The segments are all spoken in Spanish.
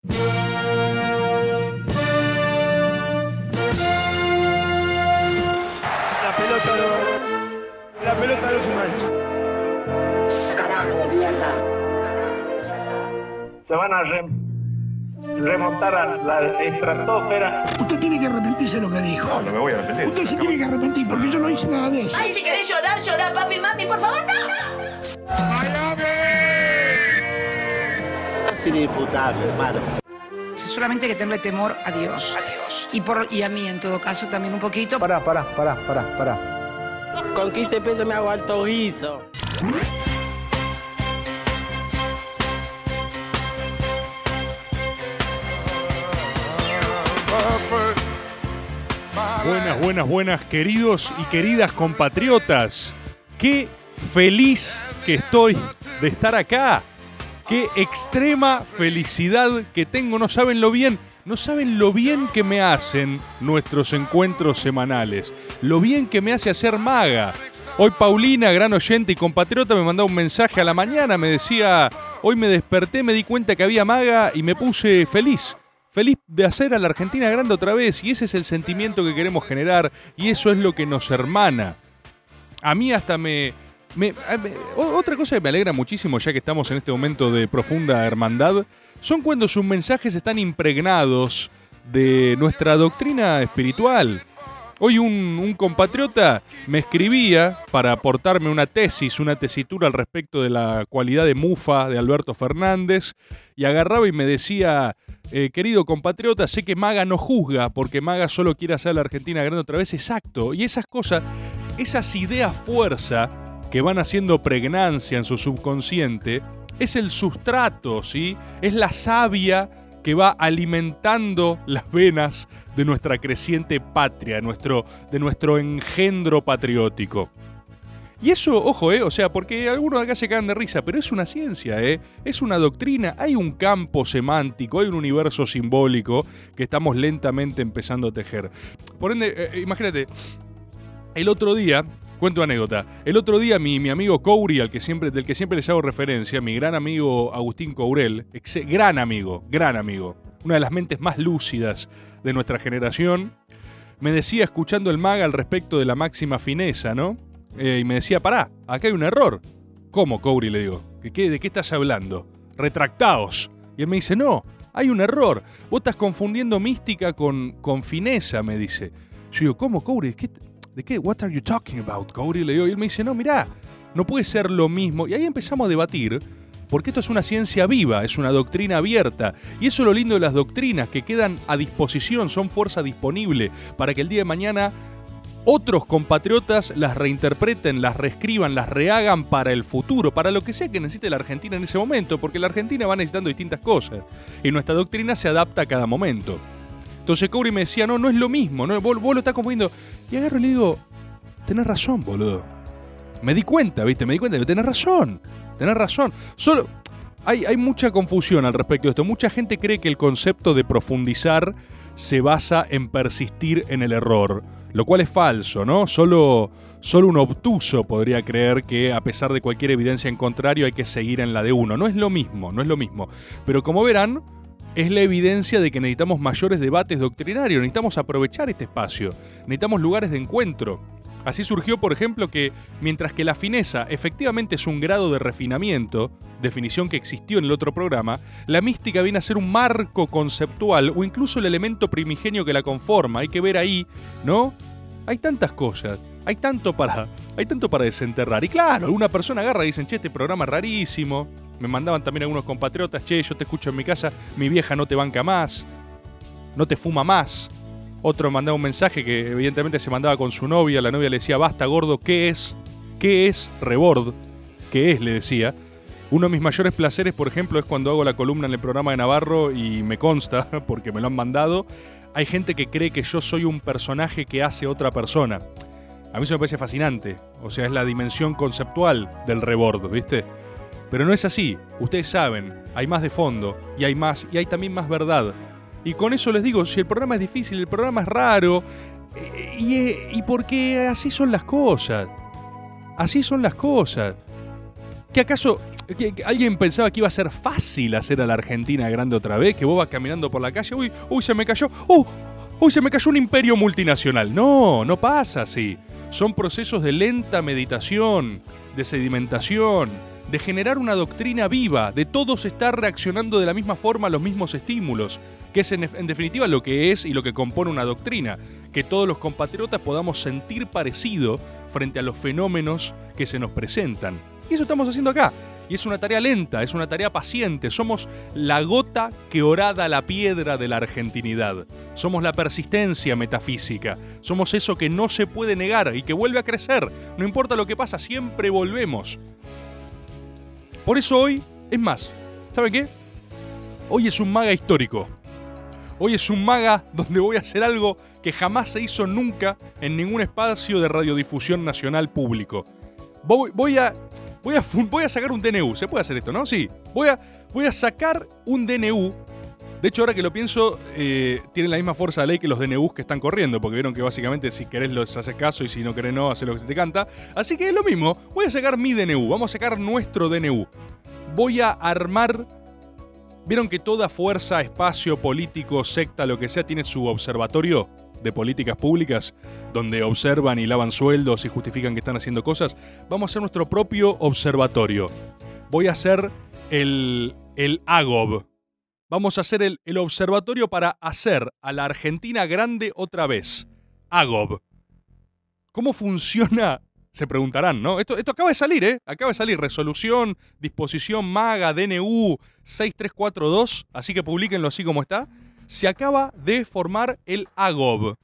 La pelota no se mancha. Carajo, mierda. Se van a remontar a la estratosfera. Usted tiene que arrepentirse de lo que dijo. No me voy a arrepentir. Usted se tiene que arrepentir porque yo no hice nada de eso. Ay, si querés llorar, llorá, papi, mami, por favor, no. Es inimputable, hermano. Solamente hay que tenerle temor a Dios. Y a mí, en todo caso, también un poquito. Pará. Con 15 pesos me hago alto guiso. Buenas, queridos y queridas compatriotas. Qué feliz que estoy de estar acá. Qué extrema felicidad que tengo. No saben lo bien que me hacen nuestros encuentros semanales. Lo bien que me hace hacer Maga. Hoy Paulina, gran oyente y compatriota, me mandó un mensaje a la mañana. Me decía, hoy me desperté, me di cuenta que había Maga y me puse feliz. Feliz de hacer a la Argentina grande otra vez. Y ese es el sentimiento que queremos generar. Y eso es lo que nos hermana. A mí hasta otra cosa que me alegra muchísimo, ya que estamos en este momento de profunda hermandad, son cuando sus mensajes están impregnados de nuestra doctrina espiritual. Hoy un compatriota me escribía para aportarme una tesitura al respecto de la cualidad de mufa de Alberto Fernández, y agarraba y me decía, querido compatriota, sé que Maga no juzga, porque Maga solo quiere hacer a la Argentina grande otra vez. Exacto, y esas cosas, esas ideas fuerza que van haciendo pregnancia en su subconsciente, es el sustrato, ¿sí? Es la savia que va alimentando las venas de nuestra creciente patria, de nuestro engendro patriótico. Y eso, ojo, o sea, porque algunos acá se cagan de risa, pero es una ciencia, es una doctrina, hay un campo semántico, hay un universo simbólico que estamos lentamente empezando a tejer. Por ende, imagínate, el otro día, cuento anécdota. El otro día mi amigo Couri, del que siempre les hago referencia, mi gran amigo Agustín Courel, gran amigo, una de las mentes más lúcidas de nuestra generación, me decía, escuchando el Maga al respecto de la máxima fineza, ¿no? Y me decía, pará, acá hay un error. ¿Cómo, Couri? Le digo. ¿De qué estás hablando? Retractaos. Y él me dice, no, hay un error. Vos estás confundiendo mística con fineza, me dice. Yo digo, ¿cómo, Couri? ¿De qué? What are you talking about, Couri? Le digo, y él me dice, no, mirá, no puede ser lo mismo. Y ahí empezamos a debatir, porque esto es una ciencia viva, es una doctrina abierta. Y eso es lo lindo de las doctrinas, que quedan a disposición, son fuerza disponible para que el día de mañana otros compatriotas las reinterpreten, las reescriban, las rehagan para el futuro, para lo que sea que necesite la Argentina en ese momento, porque la Argentina va necesitando distintas cosas. Y nuestra doctrina se adapta a cada momento. Entonces Couri me decía, no es lo mismo, ¿no? Vos lo estás confundiendo. Y agarro y le digo, tenés razón, boludo. Me di cuenta, digo, tenés razón. Solo hay mucha confusión al respecto de esto. Mucha gente cree que el concepto de profundizar se basa en persistir en el error, lo cual es falso, ¿no? Solo un obtuso podría creer que a pesar de cualquier evidencia en contrario hay que seguir en la de uno. No es lo mismo. Pero como verán, es la evidencia de que necesitamos mayores debates doctrinarios, necesitamos aprovechar este espacio, necesitamos lugares de encuentro. Así surgió, por ejemplo, que mientras que la fineza efectivamente es un grado de refinamiento, definición que existió en el otro programa, la mística viene a ser un marco conceptual o incluso el elemento primigenio que la conforma. Hay que ver ahí, ¿no? Hay tantas cosas, hay tanto para desenterrar. Y claro, alguna persona agarra y dicen, che, este programa es rarísimo. Me mandaban también algunos compatriotas, che, yo te escucho en mi casa, mi vieja no te banca más, no te fuma más. Otro mandaba un mensaje que evidentemente se mandaba con su novia, la novia le decía, basta gordo, ¿qué es? ¿Qué es rebord? ¿Qué es? Le decía. Uno de mis mayores placeres, por ejemplo, es cuando hago la columna en el programa de Navarro y me consta, porque me lo han mandado, hay gente que cree que yo soy un personaje que hace otra persona. A mí eso me parece fascinante, o sea, es la dimensión conceptual del rebord, ¿viste? Pero no es así, ustedes saben, hay más de fondo, y hay también más verdad. Y con eso les digo, si el programa es difícil, el programa es raro, y porque así son las cosas. ¿Que acaso que alguien pensaba que iba a ser fácil hacer a la Argentina grande otra vez, que vos vas caminando por la calle, uy, se me cayó, uy, se me cayó un imperio multinacional. No pasa así. Son procesos de lenta meditación, de sedimentación, de generar una doctrina viva, de todos estar reaccionando de la misma forma a los mismos estímulos, que es en definitiva lo que es y lo que compone una doctrina, que todos los compatriotas podamos sentir parecido frente a los fenómenos que se nos presentan. Y eso estamos haciendo acá. Y es una tarea lenta, es una tarea paciente. Somos la gota que horada la piedra de la argentinidad. Somos la persistencia metafísica. Somos eso que no se puede negar y que vuelve a crecer. No importa lo que pasa, siempre volvemos. Por eso hoy, es más, ¿saben qué? Hoy es un maga histórico. Hoy es un maga donde voy a hacer algo que jamás se hizo nunca en ningún espacio de radiodifusión nacional público. Voy a sacar un DNU. ¿Se puede hacer esto, no? Sí. Voy a sacar un DNU. De hecho, ahora que lo pienso, tienen la misma fuerza de ley que los DNUs que están corriendo, porque vieron que básicamente si querés los haces caso y si no querés no, haces lo que se te canta. Así que es lo mismo. Voy a sacar mi DNU. Vamos a sacar nuestro DNU. Voy a armar... Vieron que toda fuerza, espacio, político, secta, lo que sea, tiene su observatorio de políticas públicas, donde observan y lavan sueldos y justifican que están haciendo cosas. Vamos a hacer nuestro propio observatorio. Voy a hacer el AGOB. Vamos a hacer el observatorio para hacer a la Argentina grande otra vez. AGOB. ¿Cómo funciona? Se preguntarán, ¿no? Esto acaba de salir, ¿eh? Acaba de salir. Resolución, disposición maga, DNU 6342. Así que publíquenlo así como está. Se acaba de formar el AGOB.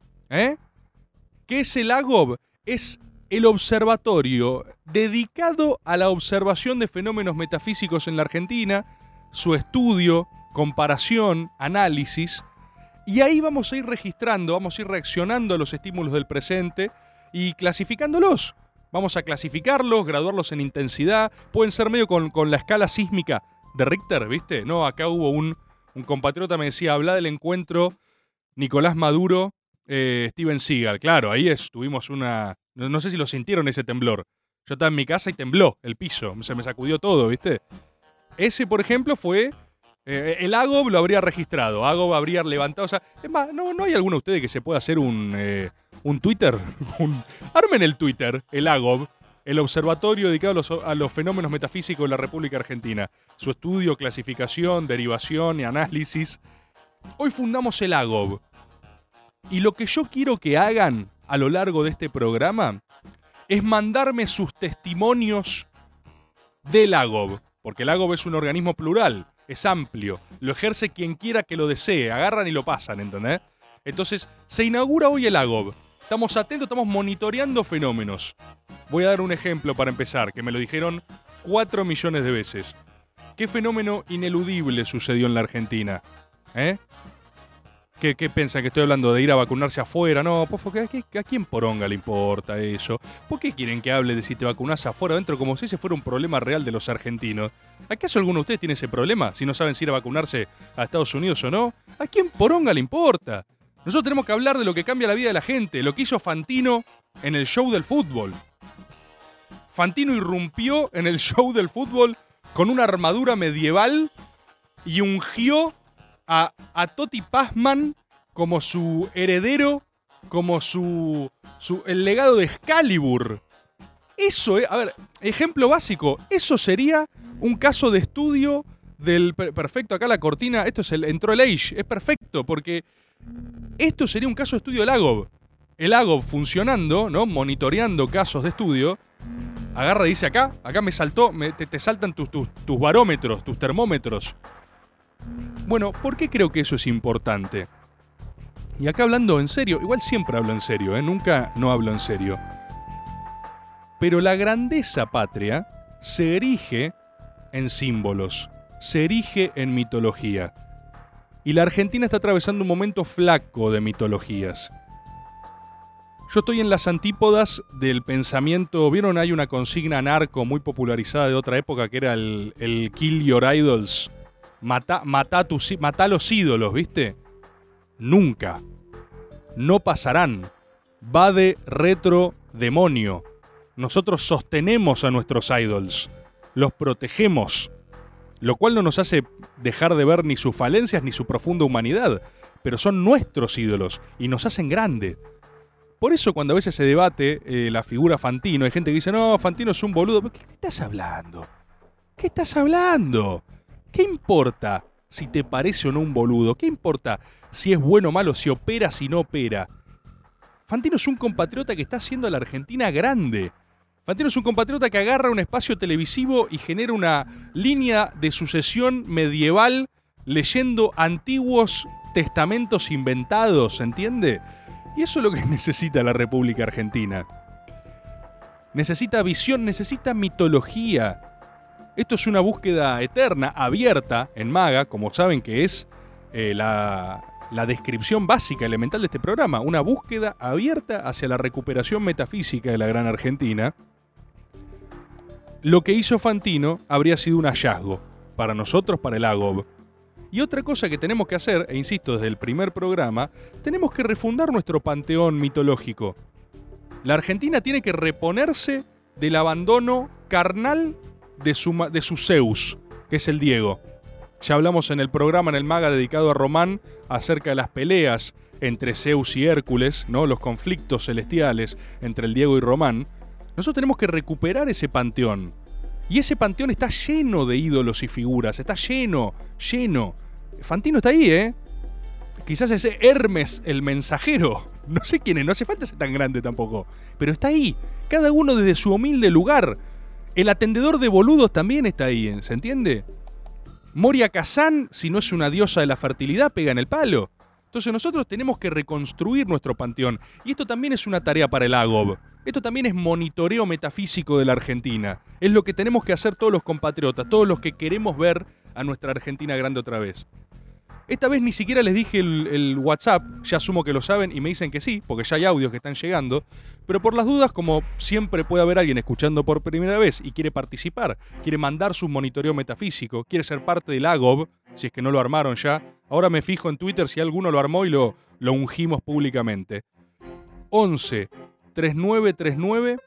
¿Qué es el AGOB? Es el observatorio dedicado a la observación de fenómenos metafísicos en la Argentina, su estudio, comparación, análisis. Y ahí vamos a ir registrando, vamos a ir reaccionando a los estímulos del presente y clasificándolos. Vamos a clasificarlos, graduarlos en intensidad. Pueden ser medio con la escala sísmica de Richter, ¿viste? No, acá hubo un compatriota me decía, habla del encuentro Nicolás Maduro, Steven Seagal. Claro, ahí tuvimos una... No sé si lo sintieron ese temblor. Yo estaba en mi casa y tembló el piso. Se me sacudió todo, ¿viste? Ese, por ejemplo, fue... el AGOB lo habría registrado. AGOB habría levantado... O sea, es más, ¿no hay alguno de ustedes que se pueda hacer un Twitter? Armen el Twitter, el AGOB. El observatorio dedicado a los fenómenos metafísicos de la República Argentina. Su estudio, clasificación, derivación y análisis. Hoy fundamos el AGOB. Y lo que yo quiero que hagan a lo largo de este programa es mandarme sus testimonios del AGOB. Porque el AGOB es un organismo plural, es amplio. Lo ejerce quien quiera que lo desee. Agarran y lo pasan, ¿entendés? Entonces, se inaugura hoy el AGOB. Estamos atentos, estamos monitoreando fenómenos. Voy a dar un ejemplo para empezar, que me lo dijeron 4 millones de veces. ¿Qué fenómeno ineludible sucedió en la Argentina? ¿Qué piensan? ¿Que estoy hablando de ir a vacunarse afuera? No, por favor, ¿a quién poronga le importa eso? ¿Por qué quieren que hable de si te vacunás afuera o adentro como si ese fuera un problema real de los argentinos? ¿Acaso alguno de ustedes tiene ese problema? Si no saben si ir a vacunarse a Estados Unidos o no. ¿A quién poronga le importa? Nosotros tenemos que hablar de lo que cambia la vida de la gente, lo que hizo Fantino en el show del fútbol. Fantino irrumpió en el show del fútbol con una armadura medieval y ungió a Totti Pazman como su heredero, como el legado de Excalibur. Eso, a ver, ejemplo básico, eso sería un caso de estudio del... Perfecto, acá la cortina, entró el Age, es perfecto, porque esto sería un caso de estudio del AGOB. El AGOB funcionando, ¿no? Monitoreando casos de estudio, agarra y dice acá me saltó, te saltan tus barómetros, tus termómetros. Bueno, ¿por qué creo que eso es importante? Y acá hablando en serio, igual siempre hablo en serio, nunca no hablo en serio. Pero la grandeza patria se erige en símbolos, se erige en mitología. Y la Argentina está atravesando un momento flaco de mitologías. Yo estoy en las antípodas del pensamiento... ¿Vieron? Hay una consigna narco muy popularizada de otra época que era el Kill Your Idols. Mata los ídolos, ¿viste? Nunca. No pasarán. Va de retro demonio. Nosotros sostenemos a nuestros idols. los protegemos, lo cual no nos hace dejar de ver ni sus falencias ni su profunda humanidad, pero son nuestros ídolos y nos hacen grandes. Por eso cuando a veces se debate la figura Fantino, hay gente que dice, no, Fantino es un boludo. ¿Qué estás hablando? ¿Qué estás hablando? ¿Qué importa si te parece o no un boludo? ¿Qué importa si es bueno o malo, si opera, si no opera? Fantino es un compatriota que está haciendo a la Argentina grande. Fantino es un compatriota que agarra un espacio televisivo y genera una línea de sucesión medieval leyendo antiguos testamentos inventados, ¿entiende? Y eso es lo que necesita la República Argentina. Necesita visión, necesita mitología. Esto es una búsqueda eterna, abierta, en MAGA, como saben que es la descripción básica, elemental de este programa. Una búsqueda abierta hacia la recuperación metafísica de la gran Argentina. Lo que hizo Fantino habría sido un hallazgo para nosotros, para el AGOB. Y otra cosa que tenemos que hacer, e insisto, desde el primer programa, tenemos que refundar nuestro panteón mitológico. La Argentina tiene que reponerse del abandono carnal de su Zeus, que es el Diego. Ya hablamos en el programa, en el MAGA dedicado a Román, acerca de las peleas entre Zeus y Hércules, ¿no? Los conflictos celestiales entre el Diego y Román. Nosotros tenemos que recuperar ese panteón. Y ese panteón está lleno de ídolos y figuras, está lleno. Fantino está ahí, ¿eh? Quizás ese Hermes el mensajero. No sé quién es, no hace falta ser tan grande tampoco. Pero está ahí, cada uno desde su humilde lugar. El atendedor de boludos también está ahí, ¿se entiende? Moria Kazan, si no es una diosa de la fertilidad, pega en el palo. Entonces nosotros tenemos que reconstruir nuestro panteón. Y esto también es una tarea para el AGOB. Esto también es monitoreo metafísico de la Argentina. Es lo que tenemos que hacer todos los compatriotas, todos los que queremos ver a nuestra Argentina grande otra vez. Esta vez ni siquiera les dije el WhatsApp, ya asumo que lo saben y me dicen que sí, porque ya hay audios que están llegando, pero por las dudas, como siempre puede haber alguien escuchando por primera vez y quiere participar, quiere mandar su monitoreo metafísico, quiere ser parte del AGOB, si es que no lo armaron ya, ahora me fijo en Twitter si alguno lo armó y lo ungimos públicamente. 11 3939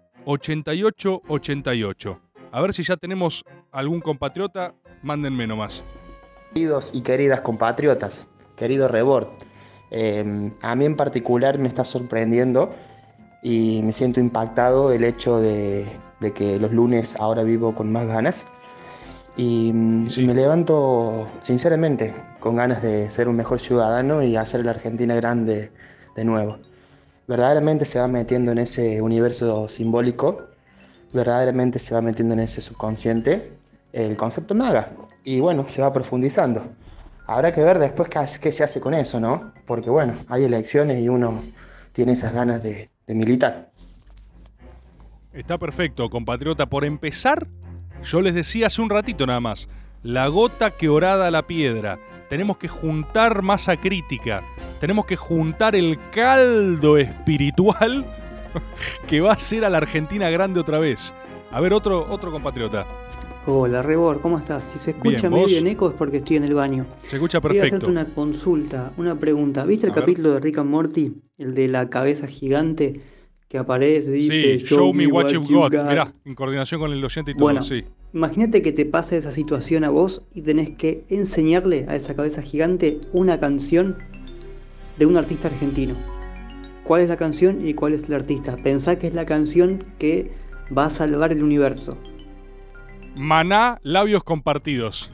8888. A ver si ya tenemos algún compatriota, mándenme nomás. Queridos y queridas compatriotas, querido Rebord, a mí en particular me está sorprendiendo y me siento impactado el hecho de que los lunes ahora vivo con más ganas y me levanto sinceramente con ganas de ser un mejor ciudadano y hacer la Argentina grande de nuevo. Verdaderamente se va metiendo en ese universo simbólico, verdaderamente se va metiendo en ese subconsciente el concepto MAGA. Y bueno, se va profundizando. Habrá que ver después qué se hace con eso, ¿no? Porque bueno, hay elecciones y uno tiene esas ganas de militar. Está perfecto, compatriota. Por empezar, yo les decía hace un ratito nada más, la gota que horada la piedra. Tenemos que juntar masa crítica. Tenemos que juntar el caldo espiritual que va a hacer a la Argentina grande otra vez. A ver, otro compatriota. Hola, Rebor, ¿cómo estás? Si se escucha bien, medio en eco es porque estoy en el baño. Se escucha Quería perfecto. hacerte una consulta, una pregunta. ¿Viste el capítulo de Rick and Morty? El de la cabeza gigante que aparece, dice... Sí, show me what you've got. Mirá, en coordinación con el oyente y todo, bueno, sí. Imagínate que te pase esa situación a vos y tenés que enseñarle a esa cabeza gigante una canción de un artista argentino. ¿Cuál es la canción y cuál es el artista? Pensá que es la canción que va a salvar el universo. Maná, labios compartidos.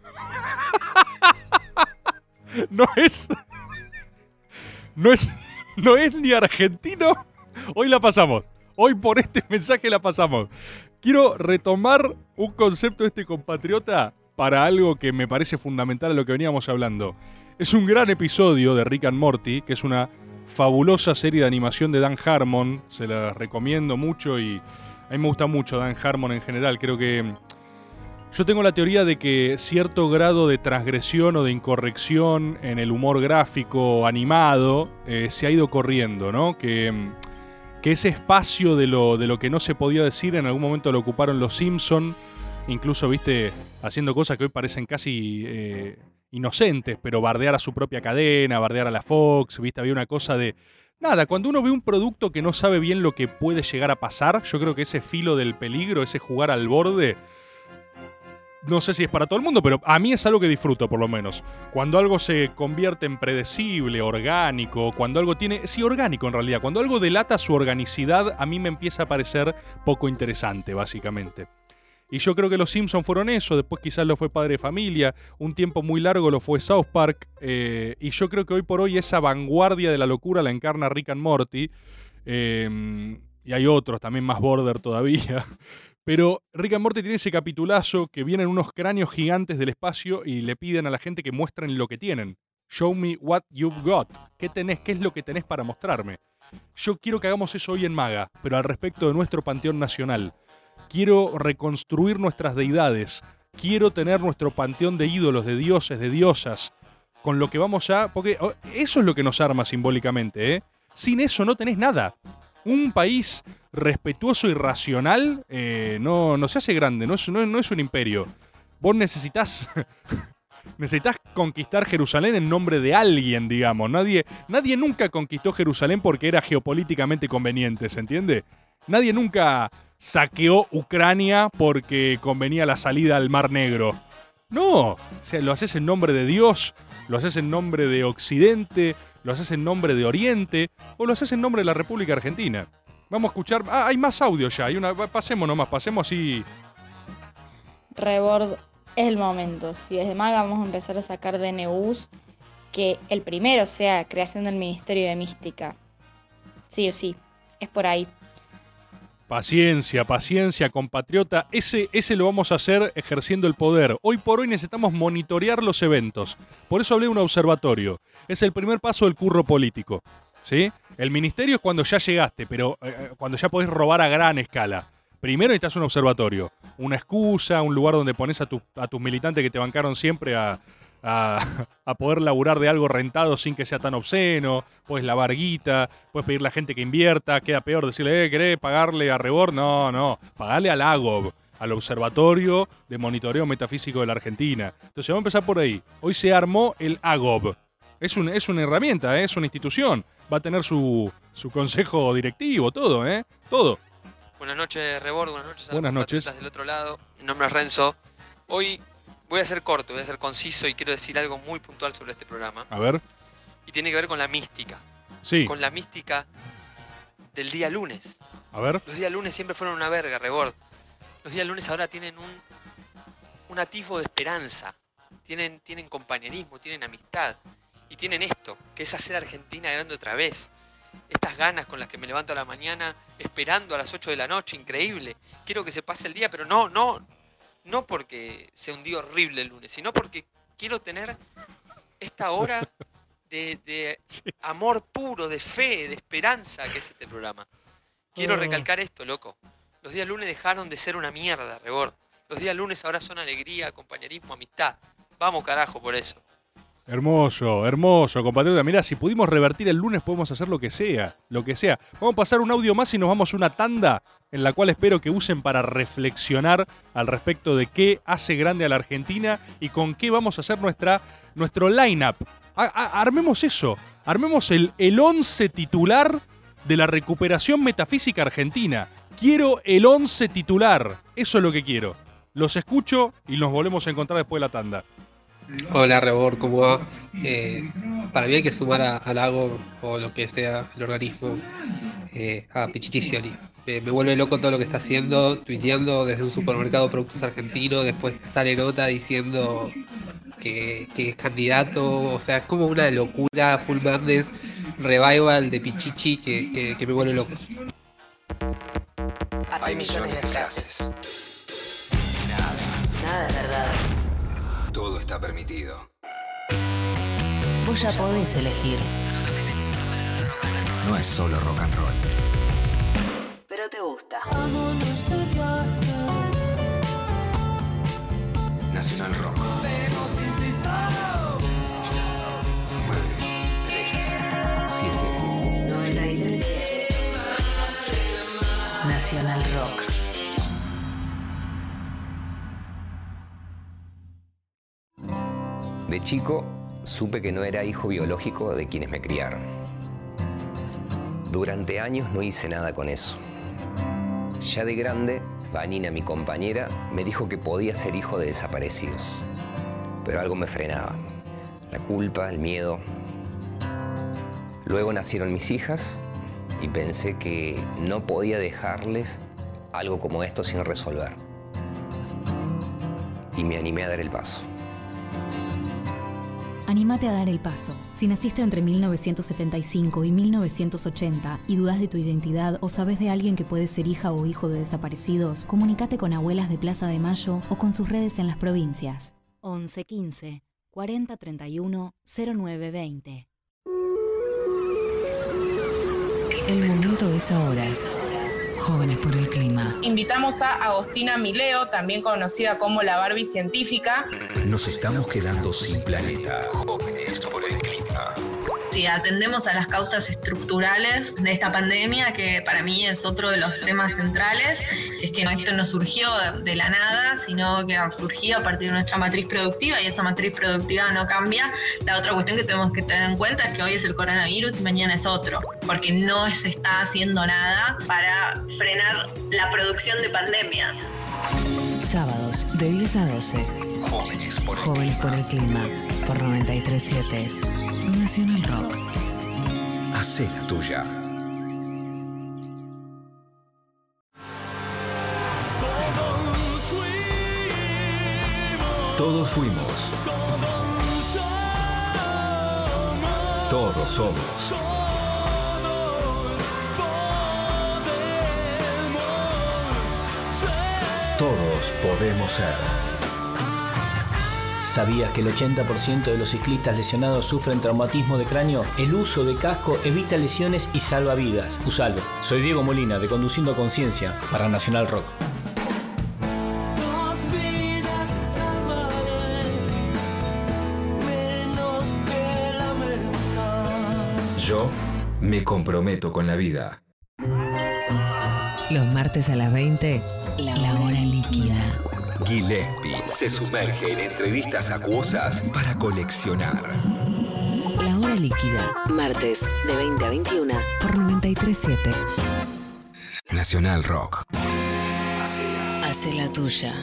No es ni argentino. Hoy la pasamos. Hoy por este mensaje la pasamos. Quiero retomar un concepto de este compatriota para algo que me parece fundamental a lo que veníamos hablando. Es un gran episodio de Rick and Morty, que es una fabulosa serie de animación de Dan Harmon. Se la recomiendo mucho y a mí me gusta mucho Dan Harmon en general. Creo que yo tengo la teoría de que cierto grado de transgresión o de incorrección en el humor gráfico animado se ha ido corriendo, ¿no? Que ese espacio de lo que no se podía decir en algún momento lo ocuparon los Simpson, incluso, viste, haciendo cosas que hoy parecen casi inocentes, pero bardear a su propia cadena, bardear a la Fox, viste, había una cosa de... Nada, cuando uno ve un producto que no sabe bien lo que puede llegar a pasar, yo creo que ese filo del peligro, ese jugar al borde, No sé si es para todo el mundo, pero a mí es algo que disfruto, por lo menos. Cuando algo se convierte en predecible, orgánico, cuando algo tiene... Sí, orgánico en realidad. Cuando algo delata su organicidad, a mí me empieza a parecer poco interesante, básicamente. Y yo creo que los Simpsons fueron eso, después quizás lo fue Padre de Familia, un tiempo muy largo lo fue South Park, y yo creo que hoy por hoy esa vanguardia de la locura la encarna Rick and Morty, y hay otros también más border todavía. Pero Rick and Morty tiene ese capitulazo que vienen unos cráneos gigantes del espacio y le piden a la gente que muestren lo que tienen. Show me what you've got. ¿Qué tenés? ¿Qué es lo que tenés para mostrarme? Yo quiero que hagamos eso hoy en Maga, pero al respecto de nuestro panteón nacional. Quiero reconstruir nuestras deidades. Quiero tener nuestro panteón de ídolos, de dioses, de diosas. Con lo que vamos a... Porque eso es lo que nos arma simbólicamente, ¿eh? Sin eso no tenés nada. Un país respetuoso y racional no se hace grande, no es un imperio. Vos necesitas conquistar Jerusalén en nombre de alguien, digamos. Nadie nunca conquistó Jerusalén porque era geopolíticamente conveniente, ¿se entiende? Nadie nunca saqueó Ucrania porque convenía la salida al Mar Negro. No, o sea, lo haces en nombre de Dios, lo haces en nombre de Occidente, lo haces en nombre de Oriente o lo haces en nombre de la República Argentina. Vamos a escuchar... hay más audio ya. Pasemos nomás, pasemos así. Rebord, es el momento. Si desde Maga vamos a empezar a sacar DNUs, que el primero sea creación del Ministerio de Mística. Sí o sí, es por ahí. Paciencia, compatriota. Ese lo vamos a hacer ejerciendo el poder. Hoy por hoy necesitamos monitorear los eventos. Por eso hablé de un observatorio. Es el primer paso del curro político. ¿Sí? El ministerio es cuando ya llegaste, pero cuando ya podés robar a gran escala. Primero necesitas un observatorio, una excusa, un lugar donde pones a tus militantes que te bancaron siempre a poder laburar de algo rentado sin que sea tan obsceno. Puedes lavar guita, puedes pedirle a la gente que invierta. Queda peor decirle, ¿querés pagarle a Rebord? No, pagarle al AGOB, al Observatorio de Monitoreo Metafísico de la Argentina. Entonces vamos a empezar por ahí. Hoy se armó el AGOB. Es una herramienta, es una institución. Va a tener su consejo directivo, todo, todo. Buenas noches, Rebord. Buenas noches a Buenas los noches. compatriotas del otro lado. Mi nombre es Renzo. Hoy voy a ser corto, voy a ser conciso y quiero decir algo muy puntual sobre este programa. A ver. Y tiene que ver con la mística. Sí. Con la mística del día lunes. A ver. Los días lunes siempre fueron una verga, Rebord. Los días lunes ahora tienen un atisbo de esperanza. Tienen compañerismo, tienen amistad. Y tienen esto, que es hacer Argentina grande otra vez. Estas ganas con las que me levanto a la mañana esperando a las 8 de la noche, increíble. Quiero que se pase el día, pero no porque sea un día horrible el lunes, sino porque quiero tener esta hora de amor puro, de fe, de esperanza que es este programa. Quiero recalcar esto, loco. Los días lunes dejaron de ser una mierda, Rebord. Los días lunes ahora son alegría, compañerismo, amistad. Vamos carajo por eso. Hermoso, compatriota. Mirá, si pudimos revertir el lunes podemos hacer lo que sea. Vamos a pasar un audio más y nos vamos a una tanda en la cual espero que usen para reflexionar al respecto de qué hace grande a la Argentina y con qué vamos a hacer nuestro line-up. Armemos eso. Armemos el 11 titular de la recuperación metafísica argentina. Quiero el 11 titular. Eso es lo que quiero. Los escucho y nos volvemos a encontrar después de la tanda. Hola Rebord, ¿cómo va? Para mí hay que sumar al AGO o lo que sea el organismo a Pichichi Scioli. Me vuelve loco todo lo que está haciendo, tuiteando desde un supermercado de productos argentinos, después sale nota diciendo que es candidato, o sea, es como una locura, full madness, revival de Pichichi que me vuelve loco. Hay millones de frases. Nada es verdad. Todo está permitido. Vos ya podés elegir. No es solo rock and roll. Pero te gusta. Nacional Rock. 93. Nacional Rock. De chico, supe que no era hijo biológico de quienes me criaron. Durante años no hice nada con eso. Ya de grande, Vanina, mi compañera, me dijo que podía ser hijo de desaparecidos. Pero algo me frenaba. La culpa, el miedo. Luego nacieron mis hijas y pensé que no podía dejarles algo como esto sin resolver. Y me animé a dar el paso. Anímate a dar el paso. Si naciste entre 1975 y 1980 y dudas de tu identidad o sabes de alguien que puede ser hija o hijo de desaparecidos, comunícate con Abuelas de Plaza de Mayo o con sus redes en las provincias. 11 15 40 31 09 20. El momento es ahora. Jóvenes por el clima. Invitamos a Agostina Mileo, también conocida como la Barbie científica. Nos estamos quedando sin planeta. Jóvenes por el clima. Si atendemos a las causas estructurales de esta pandemia, que para mí es otro de los temas centrales, es que esto no surgió de la nada, sino que surgió a partir de nuestra matriz productiva, y esa matriz productiva no cambia. La otra cuestión que tenemos que tener en cuenta es que hoy es el coronavirus y mañana es otro, porque no se está haciendo nada para frenar la producción de pandemias. Sábados de 10 a 12. Jóvenes por el Jóvenes por el clima. Por 93.7. Nacional Rock. Hacé la tuya. Todos fuimos. Todos somos. Todos podemos ser. ¿Sabías que el 80% de los ciclistas lesionados sufren traumatismo de cráneo? El uso de casco evita lesiones y salva vidas. Usalo. Soy Diego Molina, de Conduciendo Conciencia, para Nacional Rock. Yo me comprometo con la vida. Los martes a las 20, la hora líquida. Gillespie se sumerge en entrevistas acuosas para coleccionar. La hora líquida. Martes de 20 a 21 por 93.7. Nacional Rock. Hace la tuya.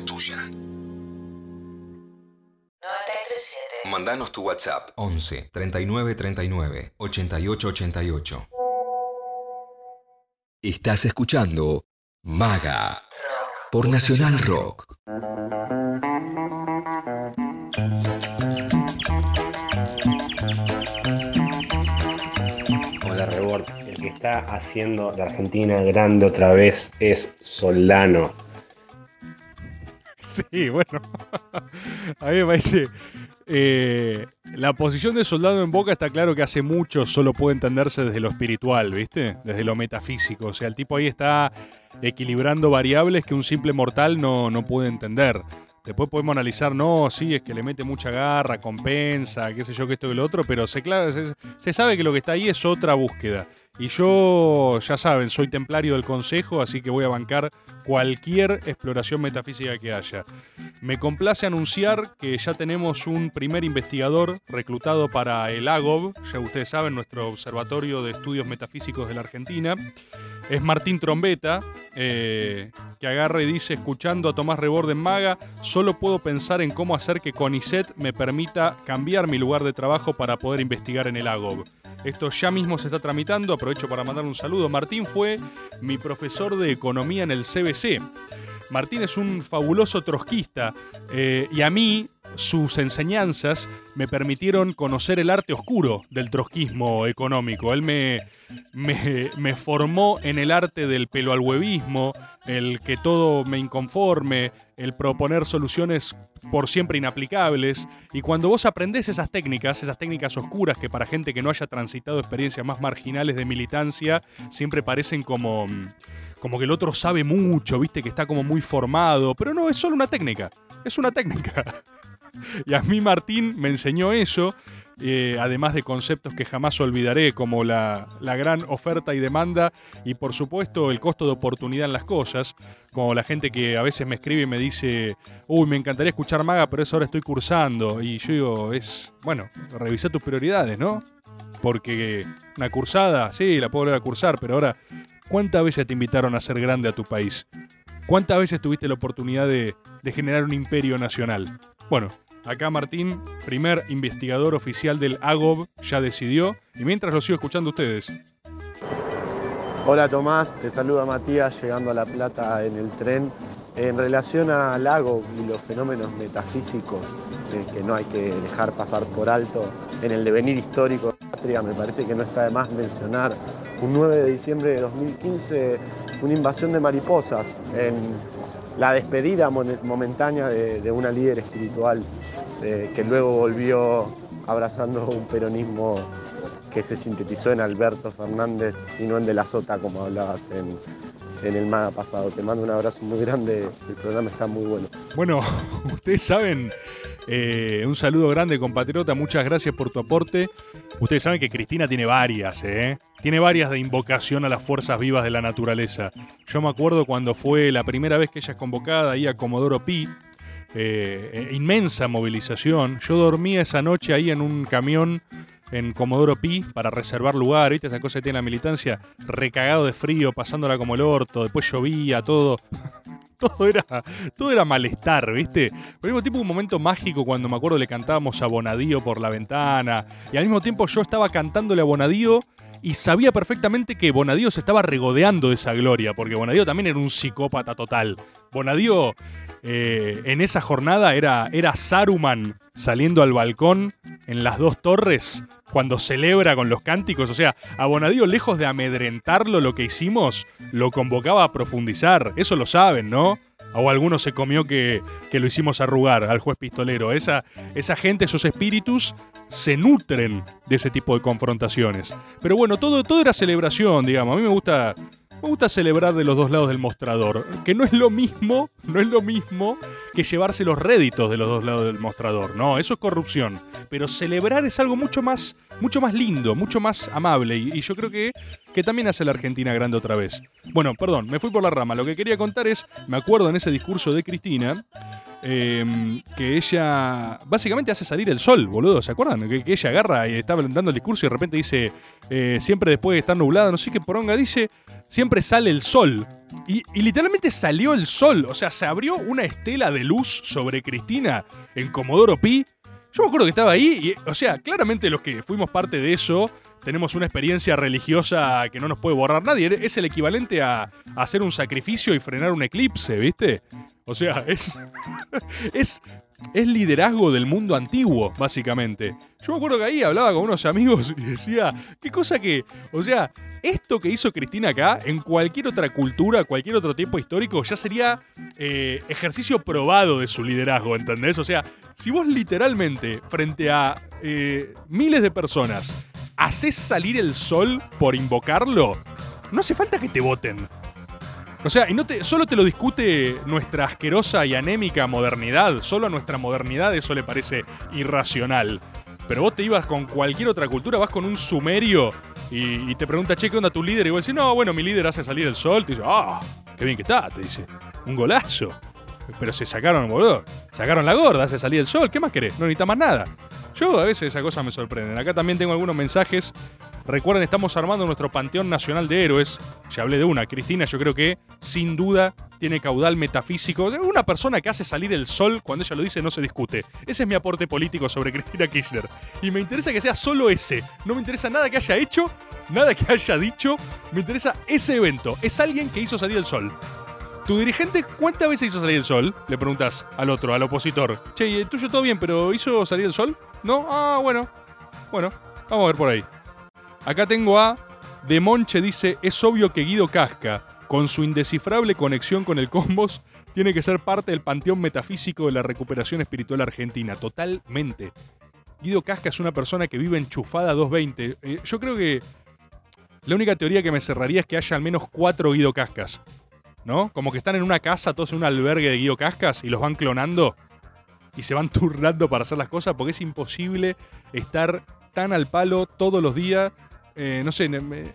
93.7. Mandanos tu WhatsApp 11 39 39 88 88. Estás escuchando Maga por Nacional Rock. Hola Rebord, el que está haciendo la Argentina grande otra vez es Soldano. Sí, bueno, a mí me parece... la posición de Soldado en Boca está claro que hace mucho solo puede entenderse desde lo espiritual, ¿viste? Desde lo metafísico. O sea, el tipo ahí está equilibrando variables que un simple mortal no puede entender. Después podemos analizar, no, sí, es que le mete mucha garra, compensa, qué sé yo, que esto que lo otro, pero se sabe que lo que está ahí es otra búsqueda. Y yo, ya saben, soy templario del consejo, así que voy a bancar cualquier exploración metafísica que haya. Me complace anunciar que ya tenemos un primer investigador reclutado para el AGOB, ya ustedes saben, nuestro Observatorio de Estudios Metafísicos de la Argentina. Es Martín Trombetta, que agarra y dice, escuchando a Tomás Rebord en Maga, solo puedo pensar en cómo hacer que CONICET me permita cambiar mi lugar de trabajo para poder investigar en el AGOB. Esto ya mismo se está tramitando, aprovecho para mandar un saludo. Martín fue mi profesor de economía en el CBC. Martín es un fabuloso trotskista y a mí sus enseñanzas me permitieron conocer el arte oscuro del trotskismo económico. Él me formó en el arte del peloalhuevismo, el que todo me inconforme, el proponer soluciones por siempre inaplicables. Y cuando vos aprendés esas técnicas oscuras que para gente que no haya transitado experiencias más marginales de militancia, siempre parecen como que el otro sabe mucho, viste, que está como muy formado. Pero no, es solo una técnica. Es una técnica. Y a mí Martín me enseñó eso, además de conceptos que jamás olvidaré, como la gran oferta y demanda y por supuesto el costo de oportunidad en las cosas, como la gente que a veces me escribe y me dice, uy, me encantaría escuchar Maga, pero ahora estoy cursando. Y yo digo, bueno, revisa tus prioridades, ¿no? Porque una cursada, sí, la puedo volver a cursar, pero ahora, ¿cuántas veces te invitaron a ser grande a tu país? ¿Cuántas veces tuviste la oportunidad de generar un imperio nacional? Bueno, acá Martín, primer investigador oficial del AGOB, ya decidió. Y mientras lo sigo escuchando a ustedes. Hola Tomás, te saluda Matías llegando a La Plata en el tren. En relación al AGOB y los fenómenos metafísicos que no hay que dejar pasar por alto en el devenir histórico de la patria, me parece que no está de más mencionar un 9 de diciembre de 2015, una invasión de mariposas en la despedida momentánea de una líder espiritual que luego volvió abrazando un peronismo que se sintetizó en Alberto Fernández y no en De la Sota, como hablabas en el MAGA pasado. Te mando un abrazo muy grande, el programa está muy bueno. Bueno, ustedes saben, un saludo grande, compatriota, muchas gracias por tu aporte. Ustedes saben que Cristina tiene varias, Tiene varias de invocación a las fuerzas vivas de la naturaleza. Yo me acuerdo cuando fue la primera vez que ella es convocada ahí a Comodoro Pi, inmensa movilización. Yo dormía esa noche ahí en un camión en Comodoro Pi para reservar lugar, ¿viste? Esa cosa que tiene la militancia, recagado de frío, pasándola como el orto, después llovía, todo era malestar, ¿viste? Pero al mismo tiempo un momento mágico cuando me acuerdo le cantábamos a Bonadío por la ventana, y al mismo tiempo yo estaba cantándole a Bonadío y sabía perfectamente que Bonadío se estaba regodeando de esa gloria, porque Bonadío también era un psicópata total. Bonadío en esa jornada era Saruman saliendo al balcón en las dos torres cuando celebra con los cánticos. O sea, a Bonadío, lejos de amedrentarlo lo que hicimos, lo convocaba a profundizar. Eso lo saben, ¿no? O alguno se comió que lo hicimos arrugar al juez pistolero. Esa gente, esos espíritus, se nutren de ese tipo de confrontaciones. Pero bueno, todo era celebración, digamos. A mí me gusta celebrar de los dos lados del mostrador, que no es lo mismo que llevarse los réditos de los dos lados del mostrador. No, eso es corrupción. Pero celebrar es algo mucho más lindo, mucho más amable, y yo creo que también hace la Argentina grande otra vez. Bueno, perdón, me fui por la rama. Lo que quería contar es, me acuerdo en ese discurso de Cristina, que ella básicamente hace salir el sol, boludo, ¿se acuerdan? Que ella agarra y está dando el discurso y de repente dice, siempre después de estar nublado, no sé qué poronga dice, siempre sale el sol. Y literalmente salió el sol, o sea, se abrió una estela de luz sobre Cristina en Comodoro Pi. Yo me acuerdo que estaba ahí, y, o sea, claramente los que fuimos parte de eso tenemos una experiencia religiosa que no nos puede borrar nadie. Es el equivalente a hacer un sacrificio y frenar un eclipse, ¿viste? O sea, es liderazgo del mundo antiguo, básicamente. Yo me acuerdo que ahí hablaba con unos amigos y decía, qué cosa que, o sea, esto que hizo Cristina acá, en cualquier otra cultura, cualquier otro tiempo histórico, ya sería ejercicio probado de su liderazgo, ¿entendés? O sea, si vos literalmente, frente a miles de personas, hacés salir el sol por invocarlo, no hace falta que te voten. O sea, y solo te lo discute nuestra asquerosa y anémica modernidad. Solo a nuestra modernidad eso le parece irracional. Pero vos te ibas con cualquier otra cultura, vas con un sumerio y te pregunta, che, ¿qué onda tu líder? Y vos decís, no, bueno, mi líder hace salir el sol. Te dice, qué bien que está, te dice. Un golazo. Pero se sacaron, boludo. Sacaron la gorda, hace salir el sol. ¿Qué más querés? No necesitas más nada. Yo a veces esas cosas me sorprenden. Acá también tengo algunos mensajes. Recuerden, estamos armando nuestro panteón nacional de héroes. Ya hablé de una. Cristina, yo creo que, sin duda, tiene caudal metafísico. Una persona que hace salir el sol, cuando ella lo dice, no se discute. Ese es mi aporte político sobre Cristina Kirchner. Y me interesa que sea solo ese. No me interesa nada que haya hecho, nada que haya dicho. Me interesa ese evento. Es alguien que hizo salir el sol. ¿Tu dirigente cuántas veces hizo salir el sol? Le preguntas al otro, al opositor. Che, tuyo todo bien, pero ¿hizo salir el sol? ¿No? Bueno. Bueno, vamos a ver por ahí. Acá tengo a De Monche, dice, es obvio que Guido Casca, con su indescifrable conexión con el cosmos, tiene que ser parte del panteón metafísico de la recuperación espiritual argentina. Totalmente. Guido Casca es una persona que vive enchufada 220. Yo creo que la única teoría que me cerraría es que haya al menos 4 Guido Cascas, ¿no? Como que están en una casa, todos en un albergue de Guido Cascas y los van clonando y se van turnando para hacer las cosas, porque es imposible estar tan al palo todos los días. No sé,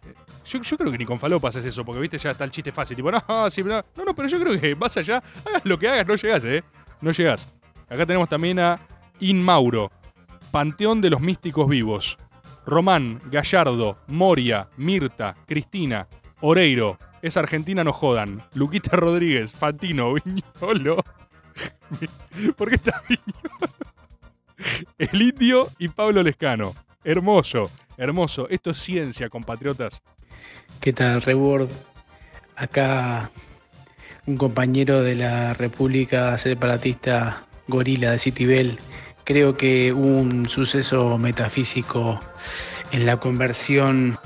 yo creo que ni con falopas es eso, porque viste, ya está el chiste fácil, tipo, no, pero yo creo que más allá, hagas lo que hagas, no llegás, no llegás. Acá tenemos también a Inmauro, Panteón de los Místicos Vivos, Román, Gallardo, Moria, Mirta, Cristina, Oreiro, Es Argentina, no jodan. Luquita Rodríguez, Fantino, Viñolo. ¿Por qué está Viñolo? El Indio y Pablo Lescano. Hermoso, hermoso. Esto es ciencia, compatriotas. ¿Qué tal, Rebord? Acá un compañero de la República Separatista Gorila de Citibel. Creo que hubo un suceso metafísico en la conversión.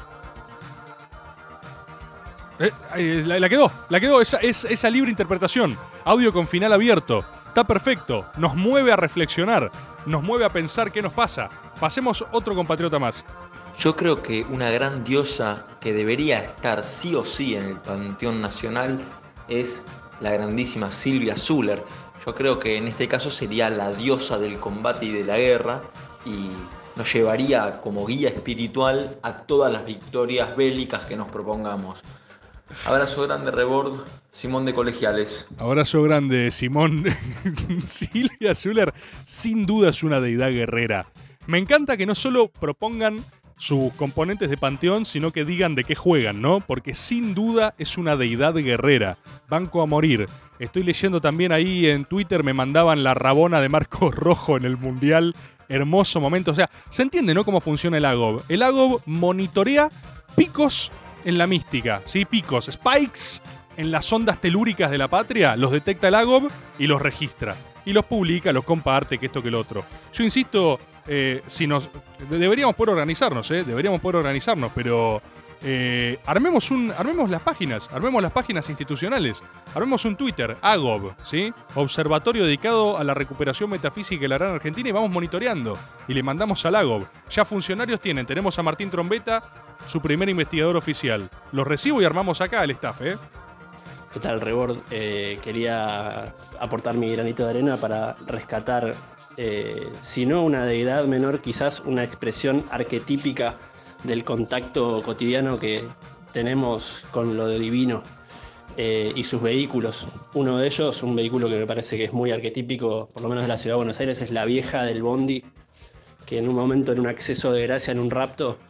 La quedó. Esa libre interpretación. Audio con final abierto. Está perfecto. Nos mueve a reflexionar. Nos mueve a pensar qué nos pasa. Pasemos otro compatriota más. Yo creo que una gran diosa que debería estar sí o sí en el Panteón Nacional es la grandísima Silvia Zuller. Yo creo que en este caso sería la diosa del combate y de la guerra y nos llevaría como guía espiritual a todas las victorias bélicas que nos propongamos. Abrazo grande, Rebord. Simón de Colegiales. Abrazo grande, Simón. Silvia Zuller sin duda es una deidad guerrera. Me encanta que no solo propongan sus componentes de panteón, sino que digan de qué juegan, ¿no? Porque sin duda es una deidad guerrera. Banco a morir. Estoy leyendo también ahí en Twitter, me mandaban la Rabona de Marcos Rojo en el Mundial. Hermoso momento. O sea, se entiende, ¿no? Cómo funciona el AGOB. El AGOB monitorea picos en la mística, ¿sí? Picos, spikes en las ondas telúricas de la patria, los detecta el AGOB y los registra. Y los publica, los comparte, que esto que lo otro. Yo insisto, deberíamos poder organizarnos, pero armemos las páginas institucionales, armemos un Twitter, AGOB, ¿sí? Observatorio dedicado a la recuperación metafísica de la gran Argentina, y vamos monitoreando y le mandamos al AGOB. Ya funcionarios tenemos a Martín Trombetta, su primer investigador oficial. Los recibo y armamos acá el staff, ¿eh? ¿Qué tal, Rebord? Quería aportar mi granito de arena para rescatar, si no una deidad menor, quizás una expresión arquetípica del contacto cotidiano que tenemos con lo de divino y sus vehículos. Uno de ellos, un vehículo que me parece que es muy arquetípico, por lo menos de la ciudad de Buenos Aires, es la vieja del bondi, que en un momento, en un acceso de gracia, en un rapto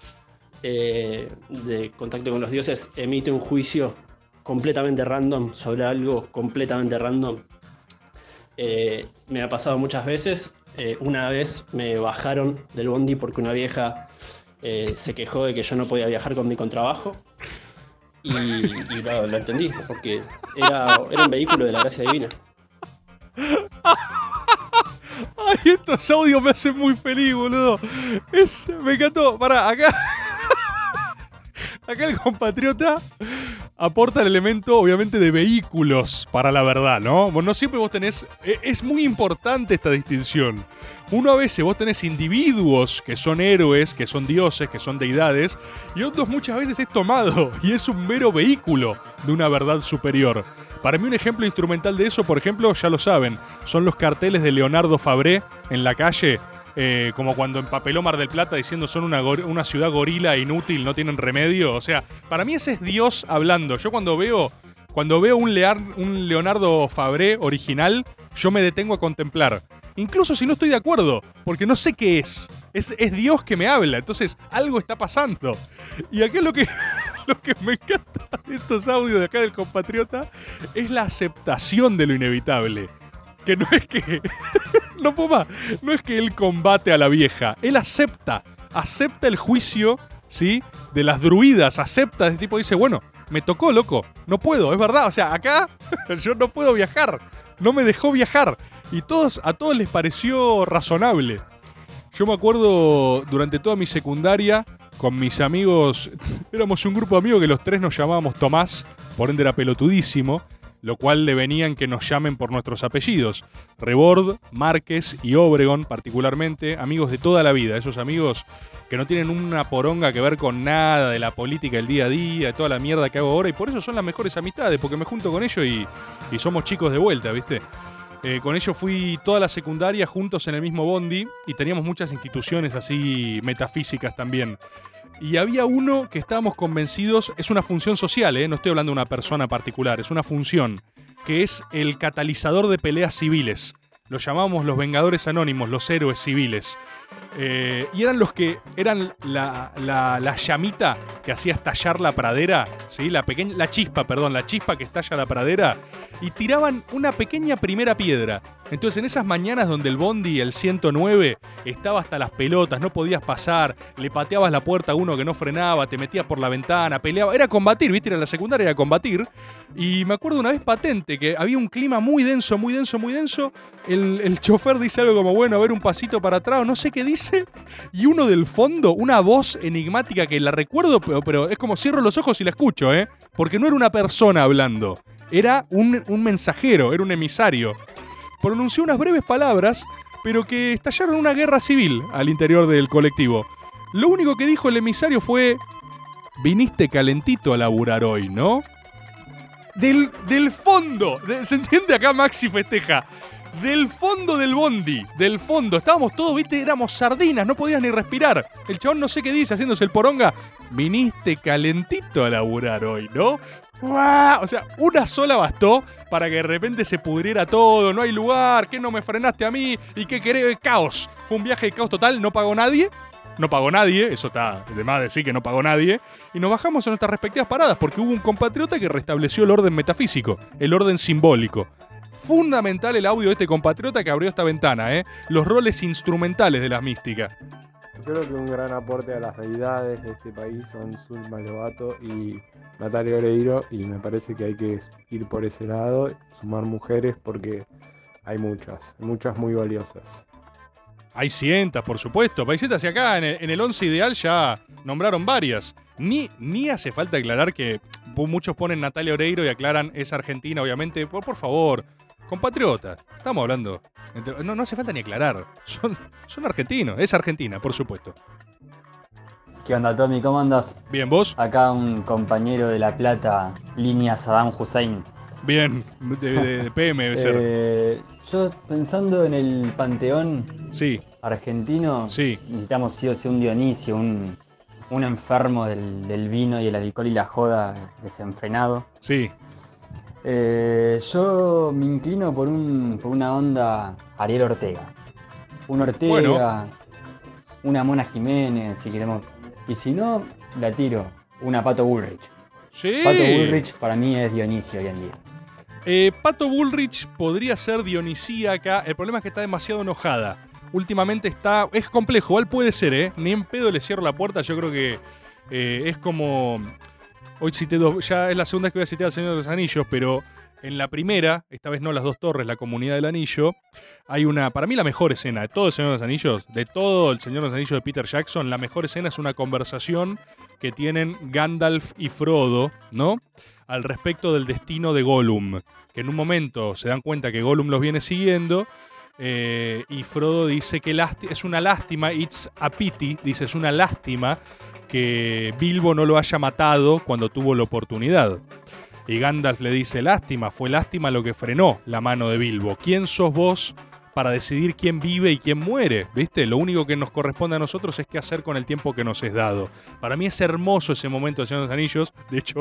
de contacto con los dioses, emite un juicio completamente random sobre algo completamente random. Me ha pasado muchas veces. Una vez me bajaron del bondi porque una vieja se quejó de que yo no podía viajar con mi contrabajo y lo entendí, porque era un vehículo de la gracia divina. Ay, estos audios me hacen muy feliz, boludo. Me encantó. Pará, acá el compatriota aporta el elemento, obviamente, de vehículos para la verdad, ¿no? No siempre vos tenés... Es muy importante esta distinción. Uno a veces vos tenés individuos que son héroes, que son dioses, que son deidades, y otros muchas veces es tomado y es un mero vehículo de una verdad superior. Para mí un ejemplo instrumental de eso, por ejemplo, ya lo saben, son los carteles de Leonardo Fabré en la calle, como cuando empapeló Mar del Plata diciendo son una ciudad gorila inútil, no tienen remedio. O sea, para mí ese es Dios hablando. Yo cuando veo un Leonardo Fabré original, yo me detengo a contemplar. Incluso si no estoy de acuerdo, porque no sé qué es. Es Dios que me habla, entonces algo está pasando. Y acá lo que me encanta de estos audios de acá del compatriota es la aceptación de lo inevitable. Que no es que... no puedo más. No es que él combate a la vieja. Él acepta el juicio, ¿sí? De las druidas. Acepta, ese tipo dice, bueno, me tocó, loco. No puedo, es verdad. O sea, acá yo no puedo viajar. No me dejó viajar. Y a todos les pareció razonable. Yo me acuerdo durante toda mi secundaria, con mis amigos, éramos un grupo de amigos que los tres nos llamábamos Tomás, por ende era pelotudísimo, lo cual le venían que nos llamen por nuestros apellidos. Rebord, Márquez y Obregón, particularmente, amigos de toda la vida, esos amigos que no tienen una poronga que ver con nada de la política del día a día, de toda la mierda que hago ahora, y por eso son las mejores amistades, porque me junto con ellos y somos chicos de vuelta, ¿viste? Con ellos fui toda la secundaria juntos en el mismo bondi y teníamos muchas instituciones así metafísicas también. Y había uno que estábamos convencidos, es una función social, no estoy hablando de una persona particular, es una función, que es el catalizador de peleas civiles. Los llamábamos los Vengadores Anónimos, los héroes civiles. Y eran los que eran la llamita que hacía estallar la pradera, ¿sí? La chispa que estalla la pradera, y tiraban una pequeña primera piedra. Entonces en esas mañanas donde el bondi, el 109, estaba hasta las pelotas, no podías pasar, le pateabas la puerta a uno que no frenaba, te metías por la ventana, peleabas, era combatir, ¿viste? Era la secundaria, era combatir. Y me acuerdo una vez patente que había un clima muy denso, el chofer dice algo como, bueno, a ver, un pasito para atrás, no sé qué dice, y uno del fondo, una voz enigmática que la recuerdo, pero es como cierro los ojos y la escucho, porque no era una persona hablando, era un mensajero, era un emisario. Pronunció unas breves palabras, pero que estallaron una guerra civil al interior del colectivo. Lo único que dijo el emisario fue: viniste calentito a laburar hoy, ¿no? Del fondo, ¿se entiende? Acá Maxi festeja. Del fondo del bondi, del fondo. Estábamos todos, viste, éramos sardinas, no podías ni respirar. El chabón no sé qué dice, haciéndose el poronga. Viniste calentito a laburar hoy, ¿no? ¡Uah! O sea, una sola bastó para que de repente se pudriera todo. No hay lugar, ¿qué no me frenaste a mí? ¿Y qué querés? Caos. Fue un viaje de caos total, no pagó nadie. No pagó nadie, eso está de más decir que no pagó nadie. Y nos bajamos a nuestras respectivas paradas porque hubo un compatriota que restableció el orden metafísico, el orden simbólico. Fundamental el audio de este compatriota que abrió esta ventana, los roles instrumentales de la mística. Yo creo que un gran aporte a las deidades de este país son Zulma Lobato y Natalia Oreiro, y me parece que hay que ir por ese lado, sumar mujeres porque hay muchas muy valiosas. Hay cientos, por supuesto. Hay cientos, y acá en el 11 ideal ya nombraron varias. Ni hace falta aclarar que muchos ponen Natalia Oreiro y aclaran es argentina, obviamente. Por favor, compatriotas, estamos hablando. No hace falta ni aclarar. Son argentinos, es Argentina, por supuesto. ¿Qué onda, Tommy? ¿Cómo andas? Bien, ¿vos? Acá un compañero de La Plata, línea Saddam Hussein. Bien, de PM debe ser. Yo pensando en el panteón argentino, necesitamos sí o sí un Dionisio, un enfermo del vino y el alcohol y la joda desenfrenado. Sí. Yo me inclino por una onda Ariel Ortega. Un Ortega, una Mona Jiménez, si queremos. Y si no, la tiro. Una Pato Bullrich. Sí. Pato Bullrich para mí es Dionisio hoy en día. Pato Bullrich podría ser dionisíaca. El problema es que está demasiado enojada. Últimamente es complejo, igual puede ser, ni en pedo le cierro la puerta. Yo creo que es como... Hoy cité ya es la segunda vez que voy a citar al Señor de los Anillos, pero en la primera, esta vez no Las Dos Torres, la Comunidad del Anillo, hay para mí la mejor escena de todo el Señor de los Anillos, de todo el Señor de los Anillos de Peter Jackson, la mejor escena es una conversación que tienen Gandalf y Frodo, ¿no? Al respecto del destino de Gollum, que en un momento se dan cuenta que Gollum los viene siguiendo, y Frodo dice que es una lástima, it's a pity, dice, es una lástima que Bilbo no lo haya matado cuando tuvo la oportunidad. Y Gandalf le dice, fue lástima lo que frenó la mano de Bilbo. ¿Quién sos vos para decidir quién vive y quién muere? ¿Viste? Lo único que nos corresponde a nosotros es qué hacer con el tiempo que nos es dado. Para mí es hermoso ese momento de Señor de los Anillos. De hecho,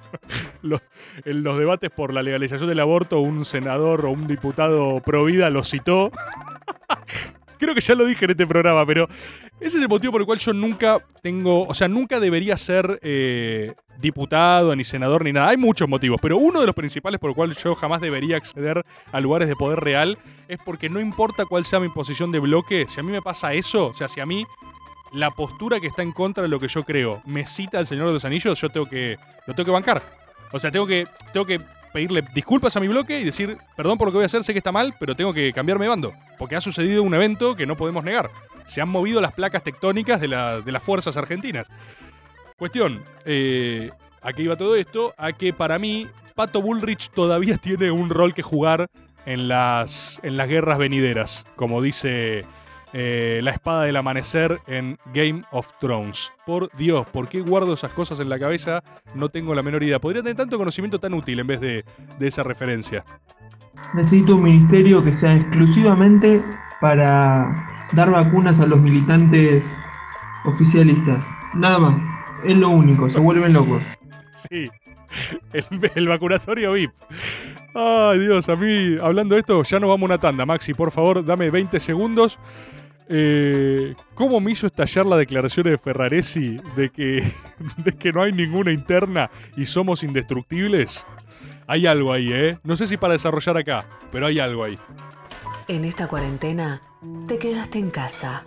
en los debates por la legalización del aborto, un senador o un diputado pro vida lo citó. Creo que ya lo dije en este programa, pero ese es el motivo por el cual yo nunca debería ser diputado, ni senador, ni nada. Hay muchos motivos, pero uno de los principales por el cual yo jamás debería acceder a lugares de poder real es porque no importa cuál sea mi posición de bloque, si a mí me pasa eso, o sea, si a mí la postura que está en contra de lo que yo creo me cita al Señor de los Anillos, yo lo tengo que bancar. O sea, tengo que pedirle disculpas a mi bloque y decir, perdón por lo que voy a hacer, sé que está mal, pero tengo que cambiarme de bando, porque ha sucedido un evento que no podemos negar. Se han movido las placas tectónicas de las fuerzas argentinas. Cuestión, ¿a qué iba todo esto? A que para mí, Pato Bullrich todavía tiene un rol que jugar en las guerras venideras, como dice la espada del amanecer en Game of Thrones. Por Dios, ¿por qué guardo esas cosas en la cabeza? No tengo la menor idea. Podría tener tanto conocimiento tan útil en vez de esa referencia. Necesito un ministerio que sea exclusivamente para dar vacunas a los militantes oficialistas. Nada más. Es lo único, se vuelven locos. Sí, el vacunatorio VIP. Ay, Dios, a mí, hablando de esto, ya nos vamos a una tanda. Maxi, por favor, dame 20 segundos. ¿Cómo me hizo estallar la declaración de Ferraresi de que no hay ninguna interna y somos indestructibles? Hay algo ahí, ¿eh? No sé si para desarrollar acá, pero hay algo ahí. En esta cuarentena, te quedaste en casa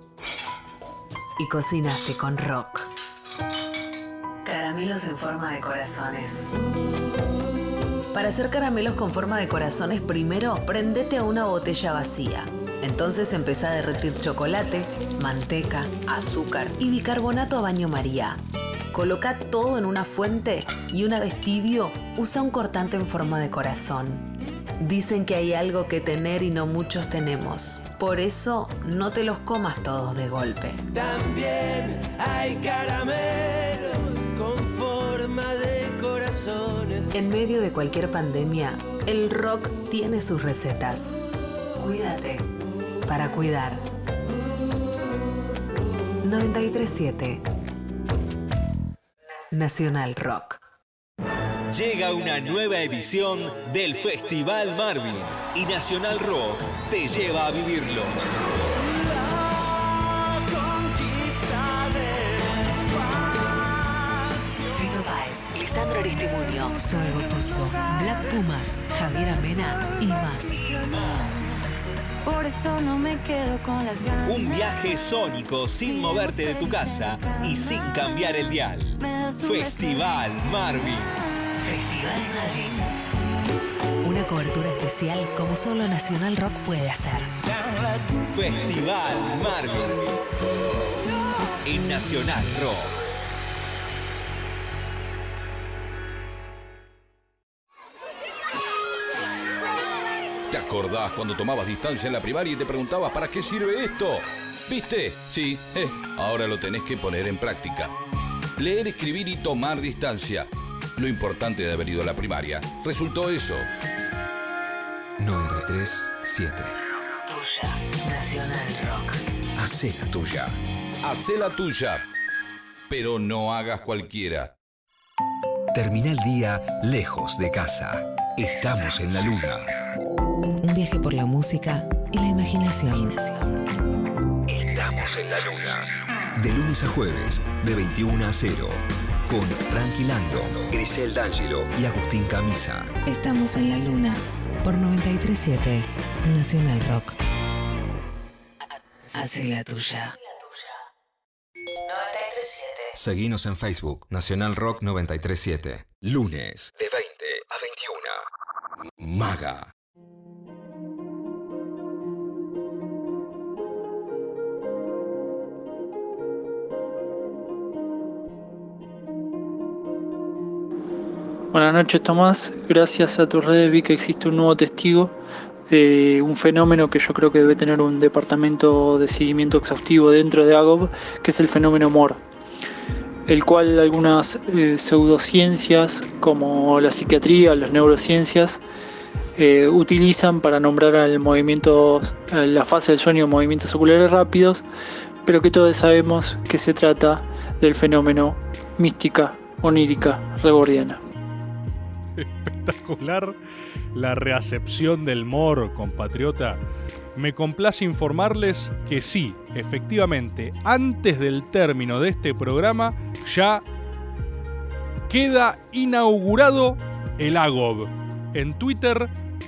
y cocinaste con rock. Caramelos en forma de corazones. Para hacer caramelos con forma de corazones, primero prendete a una botella vacía. Entonces empezá a derretir chocolate, manteca, azúcar y bicarbonato a baño María. Coloca todo en una fuente y una vez tibio, usa un cortante en forma de corazón. Dicen que hay algo que tener y no muchos tenemos. Por eso, no te los comas todos de golpe. También hay caramelos con forma de corazones. En medio de cualquier pandemia, el rock tiene sus recetas. Cuídate para cuidar. 93.7 Nacional Rock. Llega una nueva edición del Festival Marvin y Nacional Rock te lleva a vivirlo. Fito Páez, Lisandro Aristimuño, Zoe Gotuso, Black Pumas, Javier Amena y más. Por eso no me quedo con las ganas. Un viaje sónico sin moverte de tu casa y sin cambiar el dial. Festival Marvin. Festival Marvin. Una cobertura especial como solo Nacional Rock puede hacer. Festival Marvin. En Nacional Rock. ¿Te acordás cuando tomabas distancia en la primaria y te preguntabas ¿para qué sirve esto? ¿Viste? Sí, ahora lo tenés que poner en práctica. Leer, escribir y tomar distancia. Lo importante de haber ido a la primaria resultó eso. 93.7 Nacional Rock. Hacé la tuya. Hacé la tuya, pero no hagas cualquiera. Termina el día lejos de casa. Estamos en la luna. Un viaje por la música y la imaginación. Estamos en la luna. De lunes a jueves, de 21 a 0. Con Frankie Lando, Grisel D'Angelo y Agustín Camisa. Estamos en la luna por 93.7 Nacional Rock. Hacé la tuya. 93.7. Seguinos en Facebook, Nacional Rock 93.7. Lunes, de 20 a 21. Maga. Buenas noches, Tomás. Gracias a tus redes vi que existe un nuevo testigo de un fenómeno que yo creo que debe tener un departamento de seguimiento exhaustivo dentro de AGOB, que es el fenómeno MOR, el cual algunas pseudociencias como la psiquiatría, las neurociencias, utilizan para nombrar al movimiento, a la fase del sueño, movimientos oculares rápidos, pero que todos sabemos que se trata del fenómeno mística onírica rebordiana. Espectacular la reacepción del MOR, compatriota. Me complace informarles que sí, efectivamente, antes del término de este programa ya queda inaugurado el AGOB. En Twitter,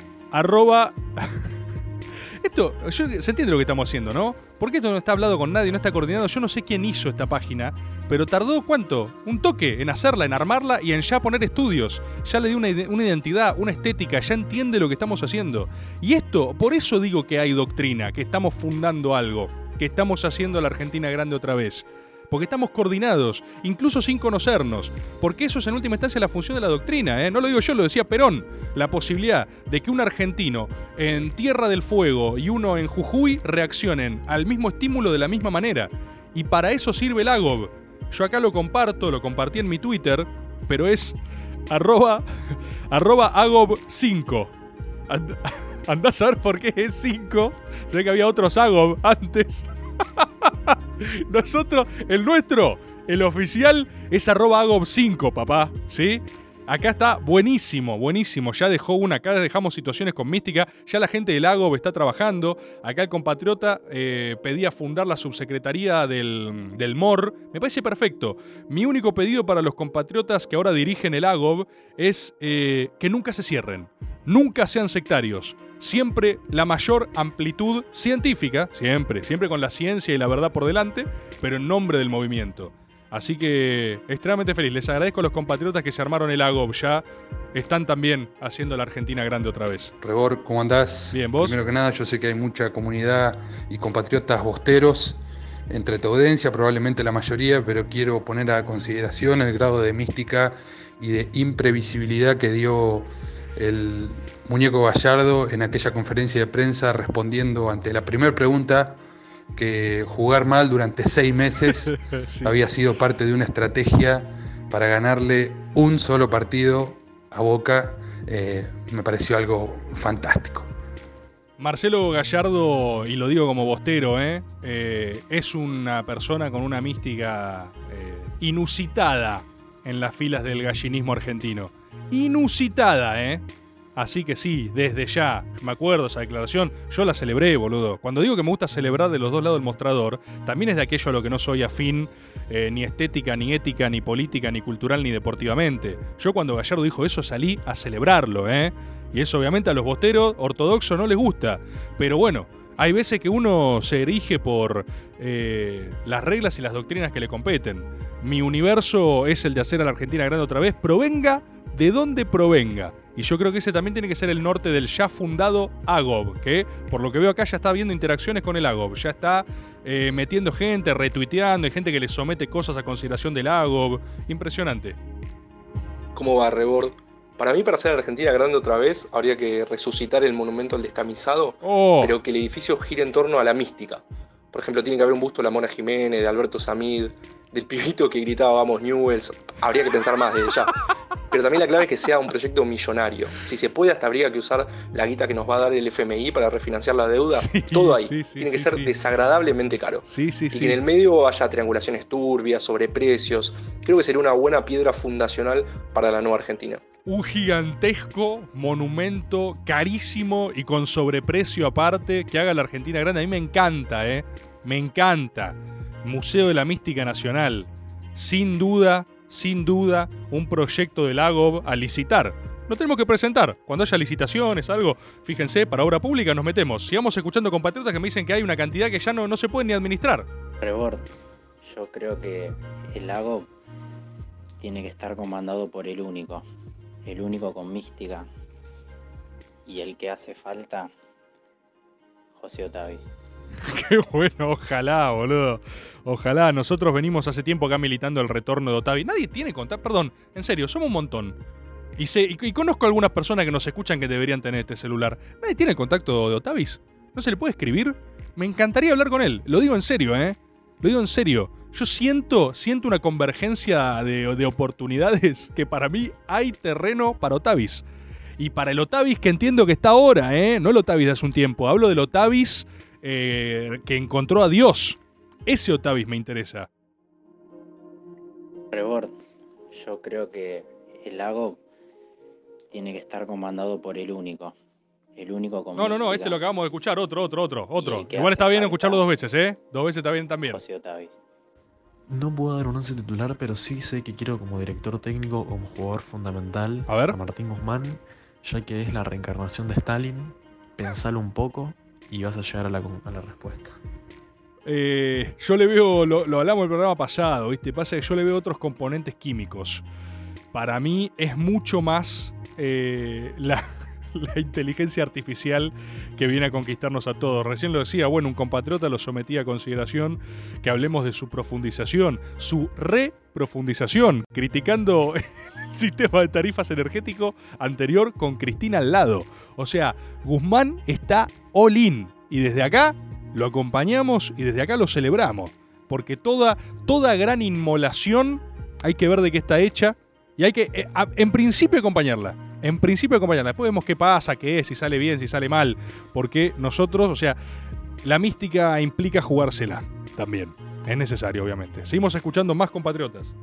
Esto, se entiende lo que estamos haciendo, ¿no? Porque esto no está hablado con nadie, no está coordinado. Yo no sé quién hizo esta página, pero tardó, ¿cuánto? Un toque en hacerla, en armarla y en ya poner estudios. Ya le dio una identidad, una estética, ya entiende lo que estamos haciendo. Y esto, por eso digo que hay doctrina, que estamos fundando algo, que estamos haciendo a la Argentina grande otra vez. Porque estamos coordinados, incluso sin conocernos. Porque eso es en última instancia la función de la doctrina, ¿eh? No lo digo yo, lo decía Perón. La posibilidad de que un argentino en Tierra del Fuego y uno en Jujuy reaccionen al mismo estímulo de la misma manera. Y para eso sirve el AGOB. Yo acá lo compartí en mi Twitter, pero es @AGOB5. Andá a saber por qué es 5. Se ve que había otros AGOB antes. Nosotros, el nuestro, el oficial, es @AGOB5, papá, ¿sí? Acá está buenísimo, buenísimo. Ya dejó una, acá dejamos situaciones con Mística. Ya la gente del AGOB está trabajando. Acá el compatriota pedía fundar la subsecretaría del MOR. Me parece perfecto. Mi único pedido para los compatriotas que ahora dirigen el AGOB es que nunca se cierren. Nunca sean sectarios. Siempre la mayor amplitud científica, siempre con la ciencia y la verdad por delante, pero en nombre del movimiento. Así que extremadamente feliz. Les agradezco a los compatriotas que se armaron el AGOB. Ya están también haciendo la Argentina grande otra vez. Rebor, ¿cómo andás? Bien, ¿vos? Primero que nada, yo sé que hay mucha comunidad y compatriotas bosteros entre tu audiencia, probablemente la mayoría, pero quiero poner a consideración el grado de mística y de imprevisibilidad que dio el muñeco Gallardo en aquella conferencia de prensa respondiendo ante la primera pregunta que jugar mal durante 6 meses sí. Había sido parte de una estrategia para ganarle un solo partido a Boca. Me pareció algo fantástico. Marcelo Gallardo, y lo digo como bostero, es una persona con una mística inusitada en las filas del gallinismo argentino. Inusitada, Así que sí, desde ya, me acuerdo esa declaración, yo la celebré, boludo. Cuando digo que me gusta celebrar de los dos lados del mostrador, también es de aquello a lo que no soy afín, ni estética, ni ética, ni política, ni cultural, ni deportivamente. Yo cuando Gallardo dijo eso salí a celebrarlo, Y eso obviamente a los bosteros ortodoxos no les gusta. Pero bueno, hay veces que uno se erige por las reglas y las doctrinas que le competen. Mi universo es el de hacer a la Argentina grande otra vez, provenga de donde provenga. Y yo creo que ese también tiene que ser el norte del ya fundado AGOB, que por lo que veo acá ya está habiendo interacciones con el AGOB, ya está metiendo gente, retuiteando, hay gente que le somete cosas a consideración del AGOB. Impresionante. ¿Cómo va, Rebord? Para mí, para hacer a Argentina grande otra vez, habría que resucitar el monumento al descamisado, pero que el edificio gire en torno a la mística. Por ejemplo, tiene que haber un busto de la Mona Jiménez, de Alberto Samid, del pibito que gritaba "Vamos Newell's". Habría que pensar más desde ya. Pero también la clave es que sea un proyecto millonario. Si se puede, hasta habría que usar la guita que nos va a dar el FMI para refinanciar la deuda. Todo ahí. Tiene que ser desagradablemente caro. Y que en el medio haya triangulaciones turbias, sobreprecios. Creo que sería una buena piedra fundacional para la nueva Argentina. Un gigantesco monumento carísimo y con sobreprecio aparte que haga la Argentina grande. A mí me encanta, Me encanta. Museo de la Mística Nacional. Sin duda, un proyecto del AGOB a licitar. Lo tenemos que presentar. Cuando haya licitaciones, algo, fíjense, para obra pública nos metemos. Sigamos escuchando compatriotas que me dicen que hay una cantidad que ya no se puede ni administrar. Rebord, yo creo que el AGOB tiene que estar comandado por el único con mística, y el que hace falta, José Otavis. Qué bueno, ojalá, boludo. Ojalá. Nosotros venimos hace tiempo acá militando el retorno de Otavis. Nadie tiene contacto, perdón, en serio, somos un montón. Y conozco a algunas personas que nos escuchan que deberían tener este celular. ¿Nadie tiene el contacto de Otavis? ¿No se le puede escribir? Me encantaría hablar con él. Lo digo en serio, Lo digo en serio. Yo siento una convergencia de oportunidades que para mí hay terreno para Otavis. Y para el Otavis que entiendo que está ahora, no el Otavis de hace un tiempo. Hablo del Otavis que encontró a Dios. Ese Otavis me interesa. Rebord, yo creo que el AGOB tiene que estar comandado por el único con mística. No, este lo acabamos de escuchar, otro. Igual está bien escucharlo 2 veces, 2 veces está bien también. José Otavis. No puedo dar un once titular, pero sí sé que quiero como director técnico o como jugador fundamental a Martín Guzmán, ya que es la reencarnación de Stalin. Pensalo un poco y vas a llegar a la respuesta. Yo le veo, lo hablamos en el programa pasado, ¿viste? Pasa que yo le veo otros componentes químicos. Para mí es mucho más la inteligencia artificial que viene a conquistarnos a todos. Recién lo decía, bueno, un compatriota lo sometía a consideración que hablemos de su profundización, su reprofundización, criticando el sistema de tarifas energético anterior con Cristina al lado. O sea, Guzmán está all in y desde acá lo acompañamos y desde acá lo celebramos, porque toda gran inmolación hay que ver de qué está hecha y hay que, en principio, acompañarla. Después vemos qué pasa, qué es, si sale bien, si sale mal, porque nosotros, o sea, la mística implica jugársela también. Es necesario, obviamente. Seguimos escuchando más compatriotas.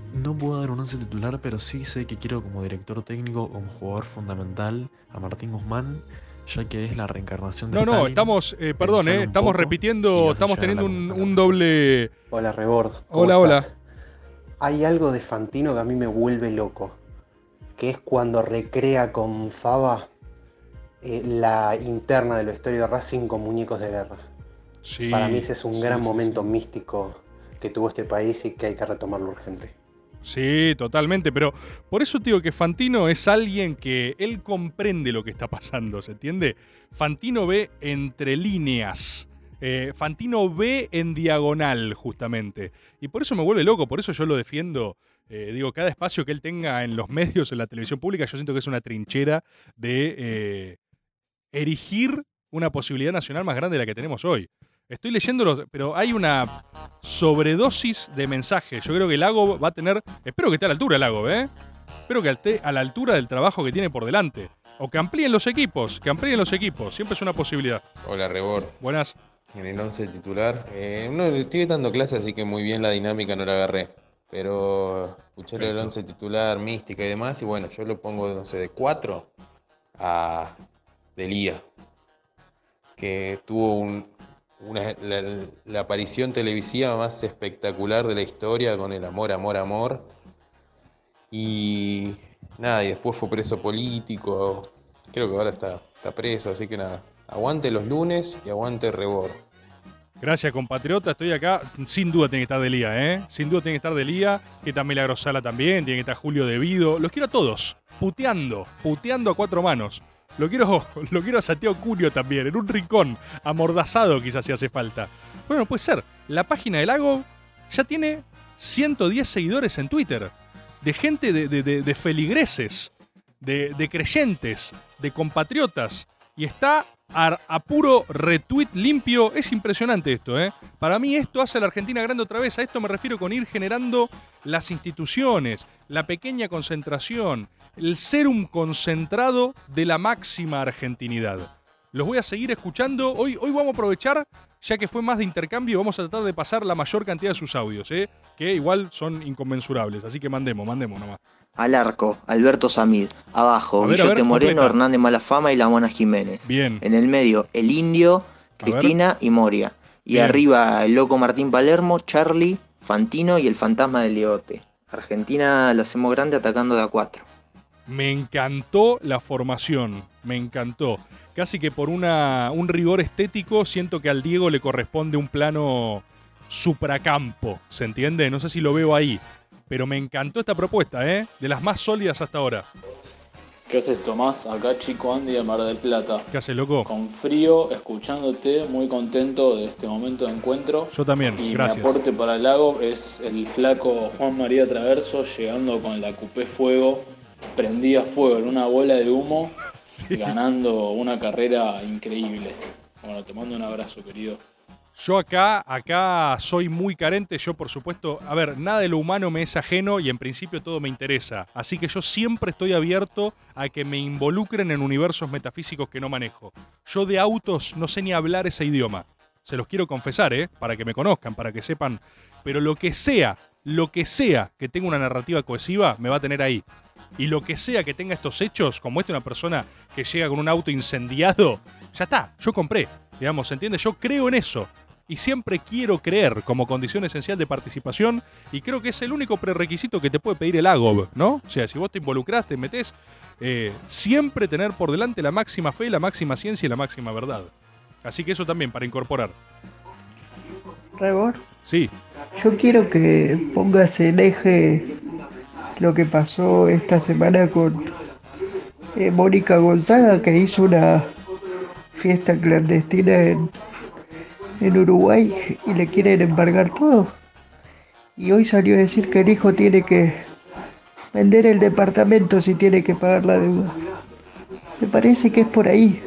No puedo dar un 11 titular, pero sí sé que quiero como director técnico o como jugador fundamental a Martín Guzmán, ya que es la reencarnación de Stalin. Estamos, estamos repitiendo, estamos teniendo un doble... Hola, Rebord. Hola. Hay algo de Fantino que a mí me vuelve loco, que es cuando recrea con Fava la interna del vestuario de Racing con muñecos de guerra. Sí, para mí ese es un gran momento místico que tuvo este país y que hay que retomarlo urgente. Sí, totalmente, pero por eso digo que Fantino es alguien que él comprende lo que está pasando, ¿se entiende? Fantino ve entre líneas, Fantino ve en diagonal justamente, y por eso me vuelve loco, por eso yo lo defiendo. Digo, cada espacio que él tenga en los medios, en la televisión pública, yo siento que es una trinchera de erigir una posibilidad nacional más grande de la que tenemos hoy. Estoy leyéndolo, pero hay una sobredosis de mensajes. Yo creo que Lago va a tener... Espero que esté a la altura Lago, Espero que esté a la altura del trabajo que tiene por delante. O que amplíen los equipos, Siempre es una posibilidad. Hola, Rebord. Buenas. En el 11 titular. No, estoy dando clase, así que muy bien la dinámica no la agarré. Pero escuché el 11 titular, mística y demás. Y bueno, yo lo pongo, no sé, de 4 a Delía. Que tuvo la aparición televisiva más espectacular de la historia con el amor. Y nada, y después fue preso político. Creo que ahora está preso, así que nada. Aguante los lunes y aguante Rebord. Gracias, compatriota. Estoy acá. Sin duda tiene que estar Delía, Sin duda tiene que estar Delía. Que está Milagros Sala también. Tiene que estar Julio Devido. Los quiero a todos. Puteando a 4 manos. Lo quiero a Santiago Curio también, en un rincón, amordazado quizás si hace falta. Bueno, puede ser. La página de Lago ya tiene 110 seguidores en Twitter. De gente de feligreses, de creyentes, de compatriotas. Y está a puro retweet limpio. Es impresionante esto, Para mí esto hace a la Argentina grande otra vez. A esto me refiero con ir generando las instituciones, la pequeña concentración, el serum concentrado de la máxima argentinidad. Los voy a seguir escuchando. Hoy vamos a aprovechar, ya que fue más de intercambio, vamos a tratar de pasar la mayor cantidad de sus audios, que igual son inconmensurables. Así que mandemos nomás. Al arco, Alberto Samid. Abajo, Guillote Moreno, completa. Hernández Malafama y La Mona Jiménez. Bien. En el medio, El Indio, Cristina y Moria. Y bien. Arriba, el loco Martín Palermo, Charlie, Fantino y el fantasma del Diegote. Argentina la hacemos grande atacando de a 4. Me encantó la formación, me encantó. Casi que por un rigor estético siento que al Diego le corresponde un plano supracampo, ¿se entiende? No sé si lo veo ahí, pero me encantó esta propuesta, de las más sólidas hasta ahora. ¿Qué haces, Tomás? Acá Chico Andy de Mar del Plata. ¿Qué haces, loco? Con frío, escuchándote, muy contento de este momento de encuentro. Yo también, y gracias. Mi aporte para el Lago es el flaco Juan María Traverso llegando con la Coupé Fuego, prendía fuego en una bola de humo, sí. Ganando una carrera increíble. Bueno, te mando un abrazo, querido. Yo acá soy muy carente, yo por supuesto, nada de lo humano me es ajeno y en principio todo me interesa, así que yo siempre estoy abierto a que me involucren en universos metafísicos que no manejo. Yo de autos no sé ni hablar ese idioma, se los quiero confesar, para que me conozcan, para que sepan, pero lo que sea que tenga una narrativa cohesiva me va a tener ahí. Y lo que sea que tenga estos hechos, como una persona que llega con un auto incendiado, ya está, yo compré, digamos, ¿se entiende? Yo creo en eso. Y siempre quiero creer como condición esencial de participación y creo que es el único prerequisito que te puede pedir el AGOB, ¿no? O sea, si vos te involucrás, te metés, siempre tener por delante la máxima fe, la máxima ciencia y la máxima verdad. Así que eso también para incorporar. Rebord. Sí. Yo quiero que pongas en eje lo que pasó esta semana con Mónica Gonzaga, que hizo una fiesta clandestina en Uruguay y le quieren embargar todo. Y hoy salió a decir que el hijo tiene que vender el departamento si tiene que pagar la deuda. Me parece que es por ahí.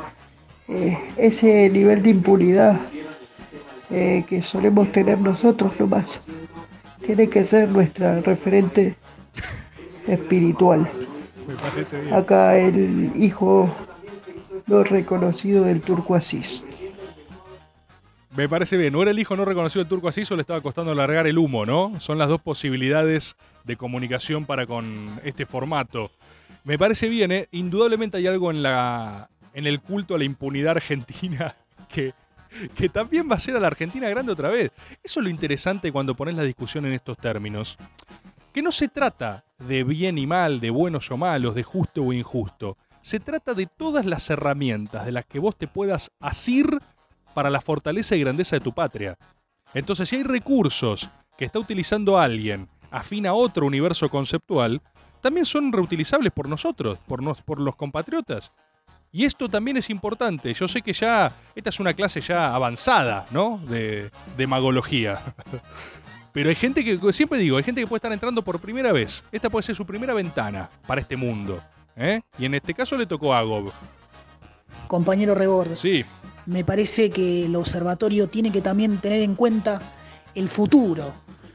Ese nivel de impunidad que solemos tener nosotros nomás tiene que ser nuestra referente espiritual. Me parece bien. Acá el hijo no reconocido del Turco Asís. Me parece bien. O era el hijo no reconocido del Turco Asís o le estaba costando largar el humo, ¿no? Son las dos posibilidades de comunicación para con este formato. Me parece bien, ¿eh? Indudablemente hay algo en el culto a la impunidad argentina que también va a ser a la Argentina grande otra vez. Eso es lo interesante cuando pones la discusión en estos términos. Que no se trata de bien y mal, de buenos o malos, de justo o injusto. Se trata de todas las herramientas de las que vos te puedas asir para la fortaleza y grandeza de tu patria. Entonces, si hay recursos que está utilizando alguien afín a otro universo conceptual, también son reutilizables por nosotros, por los compatriotas. Y esto también es importante. Yo sé que ya esta es una clase ya avanzada, ¿no? De magología. Pero hay gente que, siempre digo, hay gente que puede estar entrando por primera vez. Esta puede ser su primera ventana para este mundo. Y en este caso le tocó a Gob. Compañero Rebord. Sí. Me parece que el observatorio tiene que también tener en cuenta el futuro.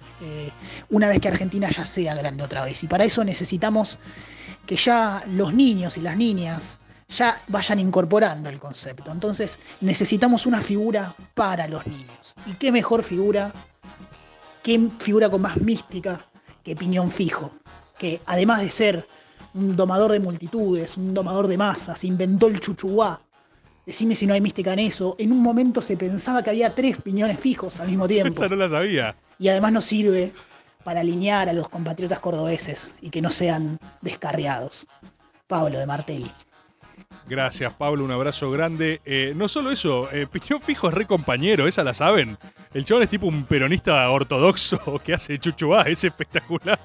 Una vez que Argentina ya sea grande otra vez. Y para eso necesitamos que ya los niños y las niñas ya vayan incorporando el concepto. Entonces necesitamos una figura para los niños. ¿Y qué mejor figura? ¿Qué figura con más mística que Piñón Fijo? Que además de ser un domador de multitudes, un domador de masas, inventó el chuchuá. Decime si no hay mística en eso. En un momento se pensaba que había 3 piñones fijos al mismo tiempo. Esa no la sabía. Y además nos sirve para alinear a los compatriotas cordobeses y que no sean descarriados. Pablo de Martelli. Gracias, Pablo, un abrazo grande. No solo eso, Piñón Fijo es re compañero, esa la saben. El chabón es tipo un peronista ortodoxo que hace chuchuá, es espectacular.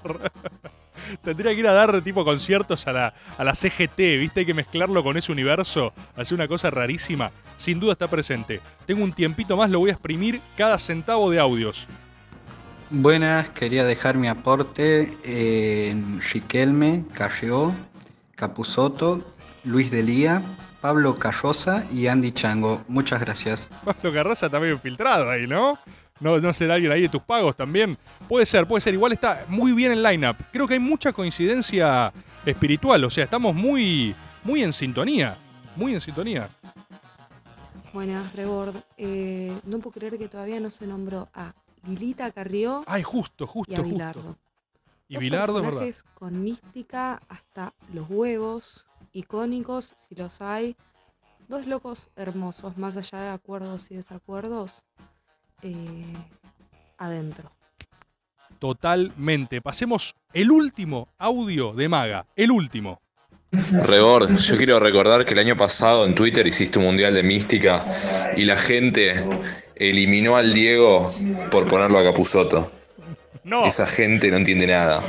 Tendría que ir a dar tipo conciertos a la CGT, ¿viste? Hay que mezclarlo con ese universo, hacer una cosa rarísima. Sin duda está presente. Tengo un tiempito más, lo voy a exprimir cada centavo de audios. Buenas, quería dejar mi aporte en Riquelme, Carrió, Capusotto, Luis Delía, Pablo Carroza y Andy Chango. Muchas gracias. Pablo Carroza está medio infiltrado ahí, ¿no? ¿No será alguien ahí de tus pagos también? Puede ser. Igual está muy bien el line-up. Creo que hay mucha coincidencia espiritual. O sea, estamos muy en sintonía. Muy en sintonía. Buenas, Rebord. No puedo creer que todavía no se nombró a Lilita Carrió. Ay, justo. Y a Bilardo. Y Bilardo, es verdad. Personajes con mística hasta los huevos, icónicos, si los hay. 2 locos hermosos, más allá de acuerdos y desacuerdos. Adentro. Totalmente. Pasemos el último audio de Maga. El último. Rebord, yo quiero recordar que el año pasado en Twitter hiciste un mundial de mística y la gente eliminó al Diego por ponerlo a Capusotto. No. Esa gente no entiende nada.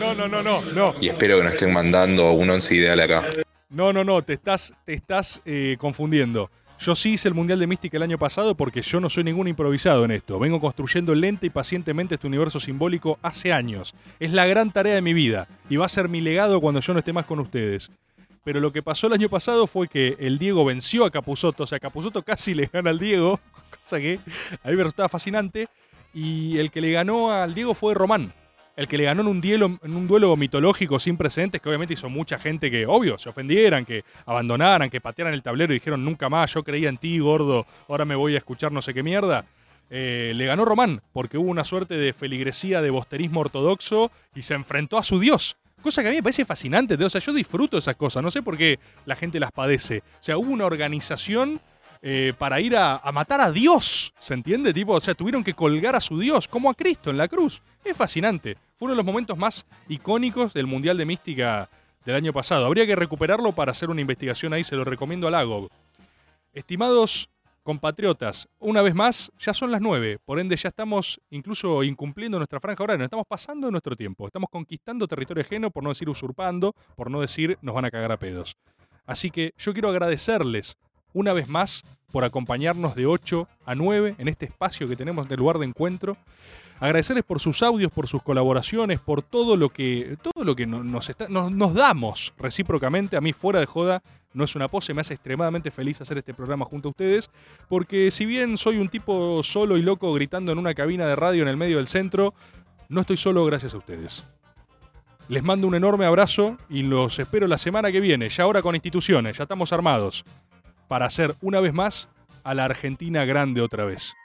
No. Y espero que no estén mandando un 11 ideal acá. No, te estás confundiendo. Yo sí hice el Mundial de Mística el año pasado porque yo no soy ningún improvisado en esto. Vengo construyendo lenta y pacientemente este universo simbólico hace años. Es la gran tarea de mi vida y va a ser mi legado cuando yo no esté más con ustedes. Pero lo que pasó el año pasado fue que el Diego venció a Capusotto. O sea, Capusotto casi le gana al Diego, cosa que a mí me resultaba fascinante. Y el que le ganó al Diego fue Román. El que le ganó en un duelo mitológico sin precedentes, que obviamente hizo mucha gente que, obvio, se ofendieran, que abandonaran, que patearan el tablero y dijeron nunca más, yo creía en ti, gordo, ahora me voy a escuchar no sé qué mierda. Le ganó Román, porque hubo una suerte de feligresía de bosterismo ortodoxo y se enfrentó a su dios. Cosa que a mí me parece fascinante, o sea, yo disfruto esas cosas, no sé por qué la gente las padece. O sea, hubo una organización para ir a matar a Dios, ¿se entiende? O sea, tuvieron que colgar a su Dios, como a Cristo en la cruz. Es fascinante. Fue uno de los momentos más icónicos del Mundial de Mística del año pasado. Habría que recuperarlo para hacer una investigación ahí, se lo recomiendo a Lago. Estimados compatriotas, una vez más, ya son las 9, por ende ya estamos incluso incumpliendo nuestra franja horaria, nos estamos pasando de nuestro tiempo, estamos conquistando territorio ajeno, por no decir usurpando, por no decir nos van a cagar a pedos. Así que yo quiero agradecerles una vez más por acompañarnos de 8 a 9 en este espacio que tenemos de lugar de encuentro. Agradecerles por sus audios, por sus colaboraciones, por todo lo que nos damos recíprocamente. A mí, fuera de joda, no es una pose, me hace extremadamente feliz hacer este programa junto a ustedes, porque si bien soy un tipo solo y loco gritando en una cabina de radio en el medio del centro, no estoy solo gracias a ustedes. Les mando un enorme abrazo y los espero la semana que viene, ya ahora con instituciones, ya estamos armados, para hacer una vez más a la Argentina grande otra vez.